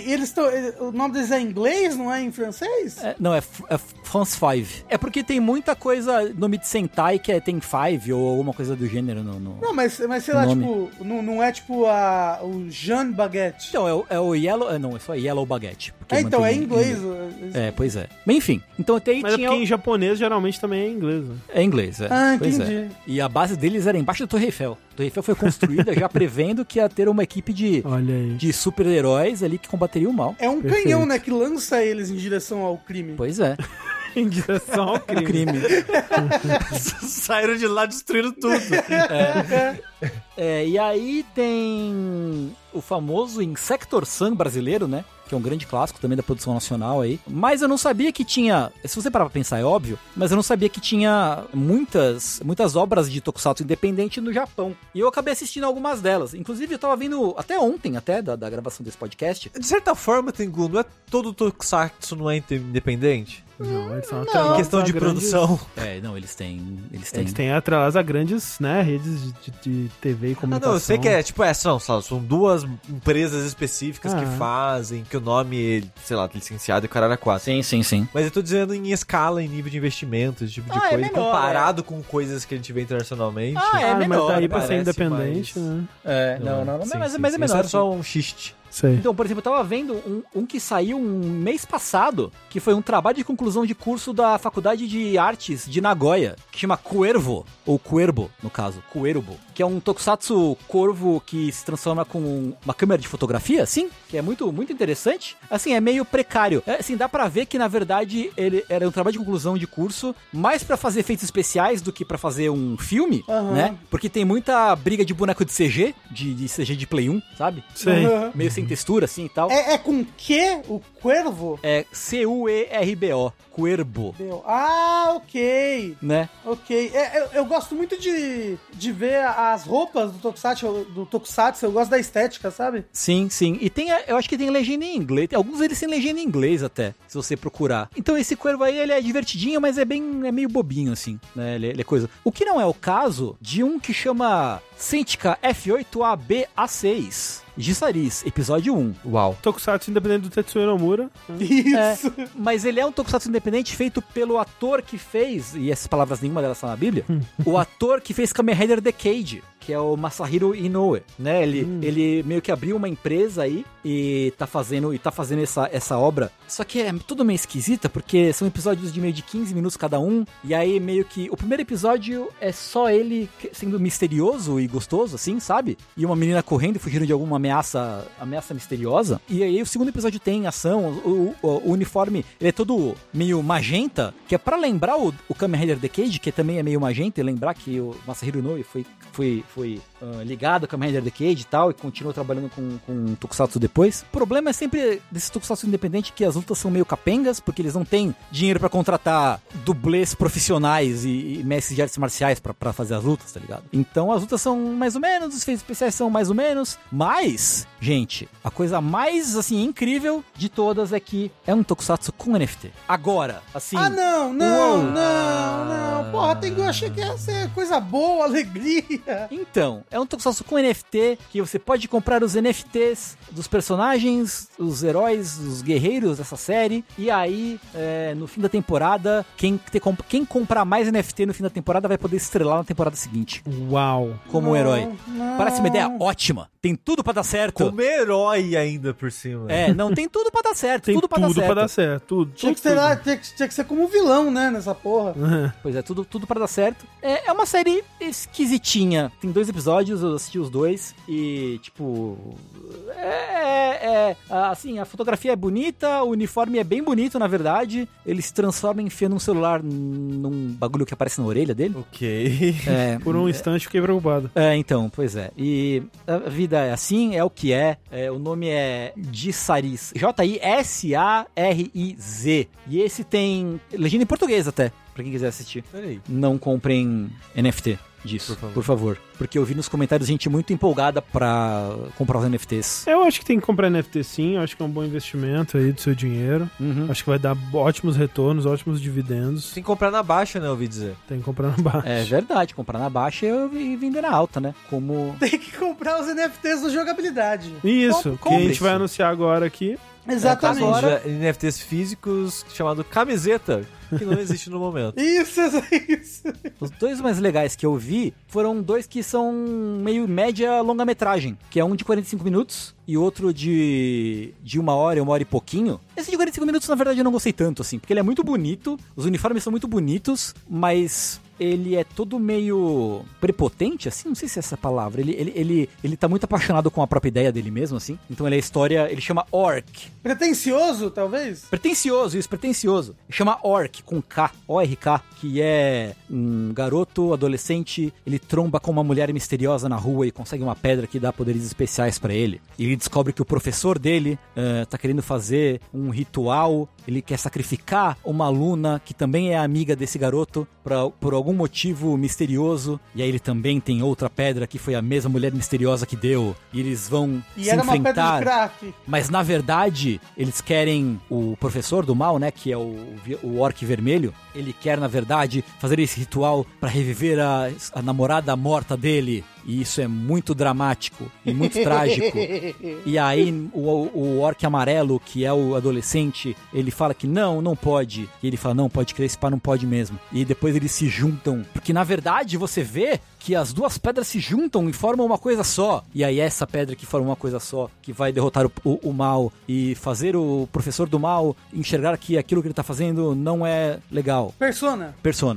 o nome deles é em inglês, não é em francês? Não, é France 5. É porque tem muita coisa, nome de Sentai, que tem 5 ou alguma coisa do gênero no Não, mas sei lá, nome. tipo, não é tipo o Jean Baguette. Então, é o Yellow... Não, é só Yellow Baguette. Então, é em inglês. Pois é. Mas enfim, então até aí Mas tinha... é porque em japonês geralmente também é inglês. Né? É inglês, Pois entendi. E a base deles era embaixo da Torre Eiffel. A Torre Eiffel foi construída já prevendo que ia ter uma equipe Olha aí. de super-heróis ali que combateria o mal. É um canhão, né, que lança eles em direção ao crime. Pois é. Em direção ao crime. Saíram de lá destruindo tudo. E aí tem o famoso Insector Sun brasileiro, né? Que é um grande clássico também da produção nacional aí. Mas eu não sabia que tinha... Se você parar pra pensar, é óbvio. Mas eu não sabia que tinha muitas obras de Tokusatsu independente no Japão. E eu acabei assistindo algumas delas. Inclusive, eu tava vendo até ontem, da gravação desse podcast. De certa forma, Tengu, não é todo Tokusatsu não é independente? Não, eles são Em questão de produção. Não, eles têm... Eles têm atrás a grandes, né, redes de TV e comunicação. Não, eu sei que é, tipo, são duas empresas específicas que fazem, que o nome, sei lá, licenciado e caralho é 4. Sim. Mas eu tô dizendo em escala, em nível de investimento, esse tipo de é coisa, menor, comparado com coisas que a gente vê internacionalmente. É menor, mas daí pra ser parece independente, mais- né? Não. Sim, Mas sim, é sim. menor. Isso era só um xiste. Sei. Então, por exemplo, eu tava vendo um que saiu um mês passado, que foi um trabalho de conclusão de curso da Faculdade de Artes de Nagoya, que chama Cuervo, ou Cuervo, no caso, Cuervo, que é um tokusatsu corvo que se transforma com uma câmera de fotografia, assim, que é muito, muito interessante. Assim, é meio precário. Assim, dá pra ver que, na verdade, ele era um trabalho de conclusão de curso, mais pra fazer efeitos especiais do que pra fazer um filme, né? Porque tem muita briga de boneco de CG, de CG de Play 1, sabe? Sei. Meio sem textura, assim, e tal. É com que o Cuervo? É Cuerbo, Cuerbo, Ok. né? Ok. Eu gosto muito de ver as roupas do Tokusatsu. Eu gosto da estética, sabe? Sim. E tem, eu acho que tem legenda em inglês. Alguns deles têm legenda em inglês até, se você procurar. Então esse Cuervo aí, ele é divertidinho, mas é meio bobinho, assim, né? Ele é coisa. O que não é o caso de um que chama Sentka F8AB-A6. Gissaris, episódio 1. Uau. Tokusatsu independente do Tetsuya Nomura. Isso. Mas ele é um tokusatsu independente feito pelo ator que fez, e essas palavras nenhuma delas estão na Bíblia, o ator que fez Kamen Rider Decade, que é o Masahiro Inoue, né? Ele meio que abriu uma empresa aí e tá fazendo essa obra. Só que é tudo meio esquisita, porque são episódios de meio de 15 minutos cada um, e aí meio que o primeiro episódio é só ele sendo misterioso e gostoso, assim, sabe? E uma menina correndo e fugindo de alguma ameaça misteriosa. E aí o segundo episódio tem ação, o uniforme, ele é todo meio magenta, que é pra lembrar o Kamen Rider Decade, que também é meio magenta, e lembrar que o Masahiro Inoue foi foi ligado com a Kamen Rider Decade e tal, e continuou trabalhando com Tokusatsu depois. O problema é sempre desses Tokusatsu independentes que as lutas são meio capengas, porque eles não têm dinheiro pra contratar dublês profissionais e mestres de artes marciais pra fazer as lutas, tá ligado? Então as lutas são mais ou menos, os efeitos especiais são mais ou menos, mas, gente, a coisa mais, assim, incrível de todas é que é um Tokusatsu com NFT. Agora, assim... não. Porra, eu achei que ia ser coisa boa, alegria. Então, é um Tokusatsu com NFT, que você pode comprar os NFTs dos personagens, os heróis, os guerreiros dessa série, e aí, no fim da temporada, quem comprar mais NFT no fim da temporada vai poder estrelar na temporada seguinte. Uau. Como herói. Parece uma ideia ótima. Tem tudo pra dar certo. Como herói ainda por cima. Não, tem tudo pra dar certo. Tem tudo pra dar certo. Tudo. Tinha que ser como vilão, né, nessa porra. Pois é, tudo pra dar certo. É uma série esquisitinha. Tem 2 episódios, eu assisti os 2 e, tipo... assim, a fotografia é bonita, o uniforme é bem bonito, na verdade. Ele se transforma enfiando um celular num bagulho que aparece na orelha dele. Ok. Por um instante fiquei preocupado. Então, pois é. E a vida é assim, é o que é. O nome é Jisariz. J-I-S-A-R-I-Z. E esse tem legenda em português até, pra quem quiser assistir. Peraí. Não comprem NFT disso, por favor. Porque eu vi nos comentários gente muito empolgada pra comprar os NFTs. Eu acho que tem que comprar NFT sim, eu acho que é um bom investimento aí do seu dinheiro. Acho que vai dar ótimos retornos, ótimos dividendos. Tem que comprar na baixa, né, eu ouvi dizer. Tem que comprar na baixa. É verdade, comprar na baixa e vender na alta, né? Como... Tem que comprar os NFTs do jogabilidade. Isso, que a gente vai anunciar agora aqui. Exatamente. Agora, NFTs físicos chamado camiseta, que não existe no momento. Isso. Os 2 mais legais que eu vi foram 2 que são meio média longa-metragem, que é um de 45 minutos e outro de 1 hora, 1 hora e pouquinho. Esse de 45 minutos, na verdade, eu não gostei tanto, assim, porque ele é muito bonito, os uniformes são muito bonitos, mas... ele é todo meio prepotente, assim, não sei se é essa palavra. Ele tá muito apaixonado com a própria ideia dele mesmo, assim. Então ele é a história, ele chama Orc. Pretencioso, talvez? Pretencioso. Ele chama Orc, com K, O-R-K, que é um garoto, adolescente, ele tromba com uma mulher misteriosa na rua e consegue uma pedra que dá poderes especiais pra ele. E ele descobre que o professor dele tá querendo fazer um ritual, ele quer sacrificar uma aluna que também é amiga desse garoto por algum motivo misterioso, e aí ele também tem outra pedra que foi a mesma mulher misteriosa que deu, e eles vão se era enfrentar. uma pedra de crack. Mas na verdade, eles querem o professor do mal, né, que é o Orc vermelho, ele quer na verdade fazer esse ritual pra reviver a namorada morta dele. E isso é muito dramático e muito trágico. E aí o Orc amarelo, que é o adolescente, ele fala que não pode. E ele fala, não, pode crer, esse pá não pode mesmo. E depois eles se juntam. Porque na verdade você vê que as 2 pedras se juntam e formam uma coisa só. E aí essa pedra que forma uma coisa só, que vai derrotar o mal e fazer o professor do mal enxergar que aquilo que ele tá fazendo não é legal. Persona.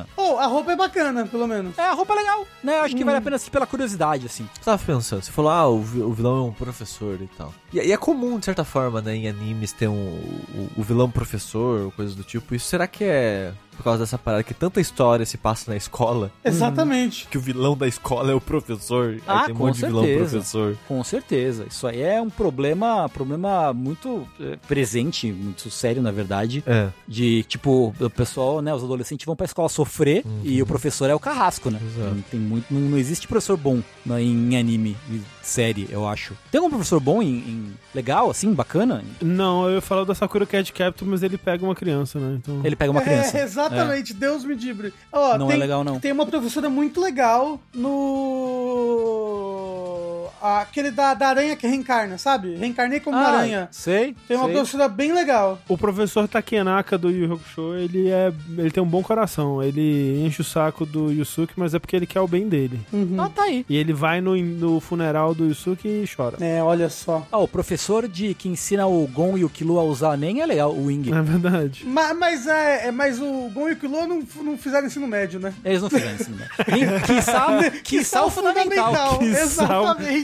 A roupa é bacana, pelo menos. A roupa é legal, né? Acho que vale a pena assistir pela curiosidade, assim. Você tava pensando, você falou, o vilão é um professor e tal. E é comum, de certa forma, né, em animes ter o vilão professor, ou coisas do tipo. Isso será que é por causa dessa parada que tanta história se passa na escola? Exatamente. Que o vilão da escola é o professor. Aí tem um com monte de vilão professor. Com certeza. Isso aí é um problema muito presente, muito sério, na verdade. De, tipo, o pessoal, né, os adolescentes vão pra escola sofrer e o professor é o carrasco, né? Não existe professor bom em anime, série, eu acho. Tem algum professor bom legal, assim, bacana? Não, eu ia falar da Sakura Card Captor, mas ele pega uma criança, né? Então... Ele pega uma criança. Exatamente, Deus me livre. Não é legal, não. Tem uma professora muito legal no... Aquele da aranha que reencarna, sabe? Reencarnei como uma aranha. Sei. Tem uma professora bem legal. O professor Takenaka do Yu Yu Hakusho, ele tem um bom coração. Ele enche o saco do Yusuke, mas é porque ele quer o bem dele. Tá aí. E ele vai no funeral do Yusuke e chora. Olha só. O professor que ensina o Gon e o Killua a usar nem é legal, o Wing. É verdade. Mas o Gon e o Killua não fizeram ensino médio, né? Eles não fizeram ensino médio. Quiçá o fundamental. Exatamente.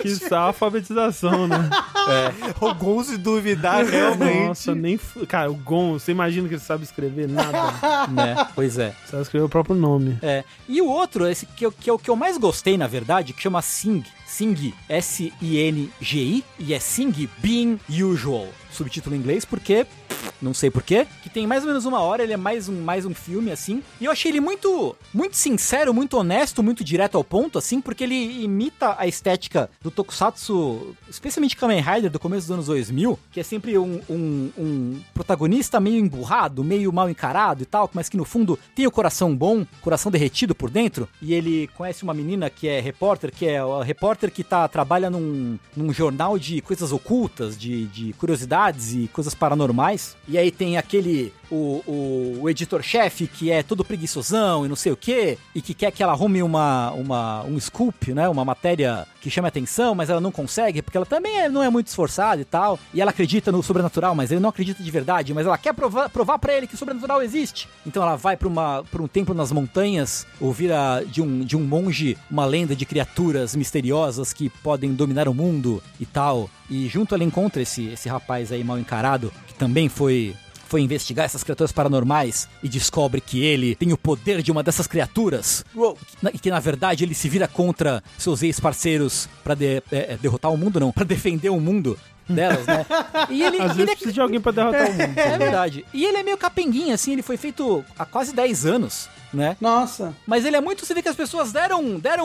atiçar a alfabetização, né? O Gon se duvidar realmente. Nossa, nem... Cara, o Gon, você imagina que ele sabe escrever? Nada. Né? Pois é. Sabe escrever o próprio nome. E o outro, esse que é o que eu mais gostei, na verdade, que chama Sing. Sing, S-I-N-G-I, e é Sing Being Usual. Subtítulo em inglês, porque... Não sei porquê, que tem mais ou menos 1 hora, ele é mais um filme, assim, e eu achei ele muito sincero, muito honesto, muito direto ao ponto, assim, porque ele imita a estética do Tokusatsu, especialmente Kamen Rider do começo dos anos 2000, que é sempre um protagonista meio emburrado, meio mal encarado e tal, mas que no fundo tem o coração bom, coração derretido por dentro, e ele conhece uma menina que é repórter, que trabalha num jornal de coisas ocultas, de curiosidades e coisas paranormais. E aí tem o editor-chefe que é todo preguiçosão e não sei o quê, e que quer que ela arrume um scoop, né? Uma matéria que chame atenção, mas ela não consegue, porque ela também não é muito esforçada e tal. E ela acredita no sobrenatural, mas ele não acredita de verdade, mas ela quer provar pra ele que o sobrenatural existe. Então ela vai pra um templo nas montanhas, ouvir de um monge uma lenda de criaturas misteriosas que podem dominar o mundo e tal. E junto ela encontra esse rapaz aí mal encarado, que também foi investigar essas criaturas paranormais e descobre que ele tem o poder de uma dessas criaturas. E que na verdade ele se vira contra seus ex-parceiros pra derrotar o mundo, não, pra defender o mundo delas, né? E Às vezes precisa de alguém pra derrotar o mundo. É verdade. E ele é meio capenguinha, assim, ele foi feito há quase 10 anos. Né? Nossa. Mas ele é muito... Você vê que as pessoas deram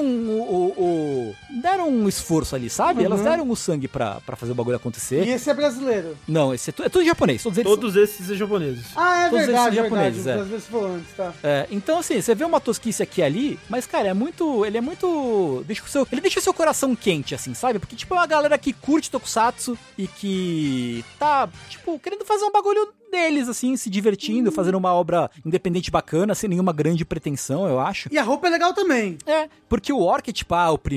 um esforço ali, sabe? Elas deram o sangue pra fazer o bagulho acontecer. E esse é brasileiro? Não, esse é tudo japonês. Todos esses são japoneses. Ah, é todos verdade, esses japoneses, verdade. Às vezes falou antes, tá. Então, assim, você vê uma tosquice aqui e ali, mas, cara, ele é muito... Ele deixa o seu coração quente, assim, sabe? Porque, tipo, é uma galera que curte Tokusatsu e que tá, tipo, querendo fazer um bagulho deles, assim, se divertindo, fazendo uma obra independente bacana, sem nenhuma grande pretensão, eu acho. E a roupa é legal também. Porque o Orc, tipo,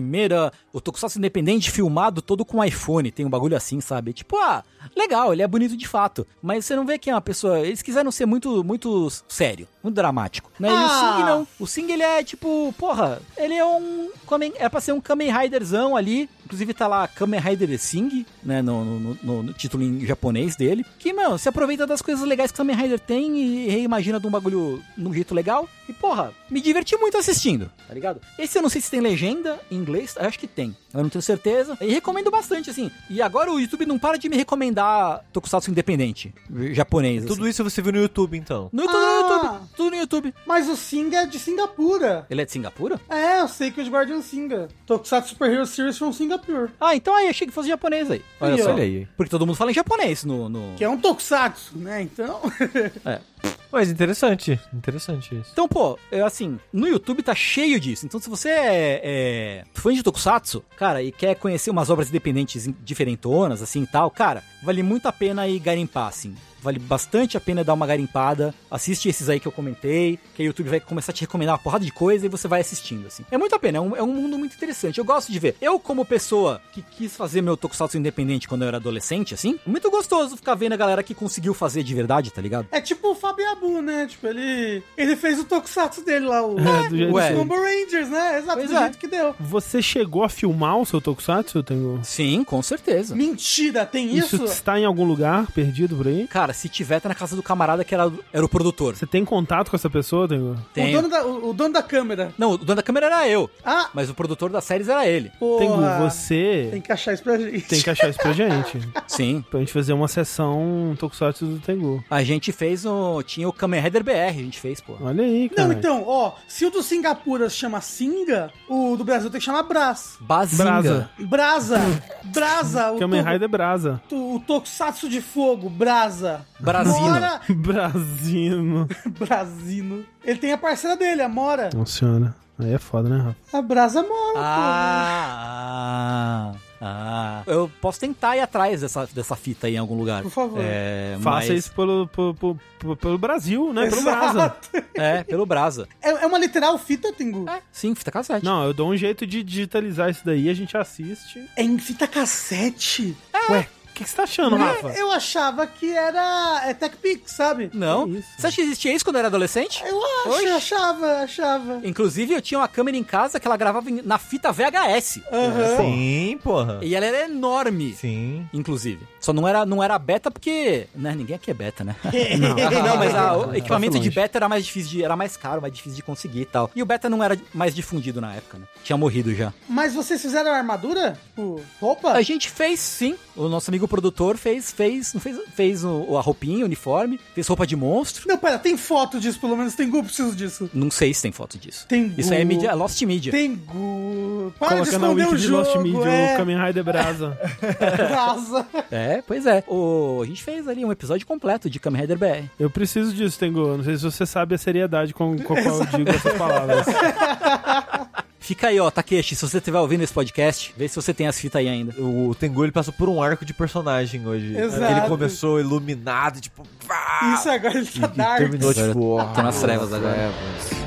o Tokusatsu independente filmado todo com iPhone, tem um bagulho assim, sabe? Tipo, legal, ele é bonito de fato, mas você não vê que é uma pessoa... Eles quiseram ser muito, muito sério, muito dramático, né? E o Sing não. O Sing, ele é, tipo, porra, ele é é pra ser um Kamen Riderzão ali, inclusive tá lá Kamen Rider Sing, né, no título em japonês dele, que, mano, se aproveita das coisas legais que o Kamen Rider tem e reimagina de um bagulho num jeito legal, e, porra, me diverti muito assistindo, tá ligado? Esse eu não sei se tem legenda em inglês, eu acho que tem, eu não tenho certeza, e recomendo bastante, assim, e agora o YouTube não para de me recomendar Tokusatsu independente, japonês, assim. Tudo isso você viu no YouTube, então? No YouTube, tudo no YouTube. Mas o Sing é de Singapura. Ele é de Singapura? É, eu sei que os Guardian Singa. Tokusatsu Super Hero Series from Singapore. Então aí, achei que fosse japonês aí. Olha só. Olha aí. Porque todo mundo fala em japonês Que é um Tokusatsu, né? Então... Mas interessante isso. Então, pô, assim, no YouTube tá cheio disso. Então, se você é fã de Tokusatsu, cara, e quer conhecer umas obras independentes diferentonas, assim, e tal, cara, vale muito a pena ir garimpar, assim. Vale bastante a pena dar uma garimpada. Assiste esses aí que eu comentei, que o YouTube vai começar a te recomendar uma porrada de coisa e você vai assistindo, assim. É muito a pena, é um mundo muito interessante. Eu gosto de ver. Eu, como pessoa que quis fazer meu Tokusatsu independente quando eu era adolescente, assim, é muito gostoso ficar vendo a galera que conseguiu fazer de verdade, tá ligado? É tipo o Fabiabu, né? Tipo, ele fez o Tokusatsu dele lá, o Combo Rangers, né? Exato, do jeito que deu. Você chegou a filmar o seu Tokusatsu, Tengu? Sim, com certeza. Mentira, tem isso? Isso está em algum lugar perdido por aí? Cara, se tiver, tá na casa do camarada que era o produtor. Você tem contato com essa pessoa, Tengu? Tenho. O dono da câmera. Não, o dono da câmera era eu. Ah! Mas o produtor das séries era ele. Porra. Tengu, você... Tem que achar isso pra gente. Tem que achar isso pra gente. Sim. Pra gente fazer uma sessão Tokusatsu do Tengu. A gente fez tinha o Kamen Rider BR, a gente fez, pô. Olha aí, cara. Não, então, se o do Singapura se chama Singa, o do Brasil tem que chamar Brás. Bazinga. Brasa. Kamen Rider Brasa. O Tokusatsu de fogo, Brasa. Brasino. Brasino. Ele tem a parceira dele, a Mora. Nossa senhora. Aí é foda, né, Rafa? A Brasa Mora, Eu posso tentar ir atrás dessa fita aí em algum lugar. Por favor. Faça isso pelo Brasil, né? Pelo Brasa. Pelo Brasa. É uma literal fita, Tengu? Sim, fita cassete. Não, eu dou um jeito de digitalizar isso daí, a gente assiste. É em fita cassete? Ué, que você tá achando, Rafa? Eu achava que era TechPix, sabe? Não. Que isso? Você acha que existia isso quando eu era adolescente? Eu Oxe. achava. Inclusive, eu tinha uma câmera em casa que ela gravava na fita VHS. Sim, porra. E ela era enorme. Sim. Inclusive. Só não era beta porque... Né, ninguém aqui é beta, né? Não, mas o equipamento de beta era mais difícil, era mais caro, mais difícil de conseguir e tal. E o beta não era mais difundido na época, né? Tinha morrido já. Mas vocês fizeram armadura? Tipo, roupa? A gente fez, sim. O nosso amigo produtor fez a roupinha, o uniforme, fez roupa de monstro. Não, pera, tem foto disso, pelo menos tem Gu, preciso disso. Não sei se tem foto disso. Tem Isso aí é mídia, Lost Media. Tem Gu. Para de Colocando a esconder wiki o de jogo, Lost Media, o Kamen Rider Brasa. Brasa. É, pois é. A gente fez ali um episódio completo de Kamen Rider BR. Eu preciso disso, Tengu. Não sei se você sabe a seriedade com a qual eu digo essas palavras. Fica aí, ó, Takeshi, se você estiver ouvindo esse podcast, vê se você tem as fitas aí ainda. O Tengu, ele passou por um arco de personagem hoje. Exato. Ele começou iluminado, tipo... pá! Isso, agora ele tá E dark. terminou, Agora tipo... tô nas trevas agora. trevas.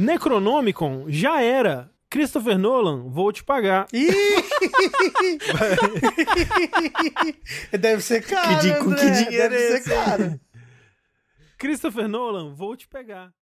Necronomicon, já era. Christopher Nolan, vou te pagar. Deve ser caro, Com que dinheiro deve é ser esse? caro. Christopher Nolan, vou te pegar.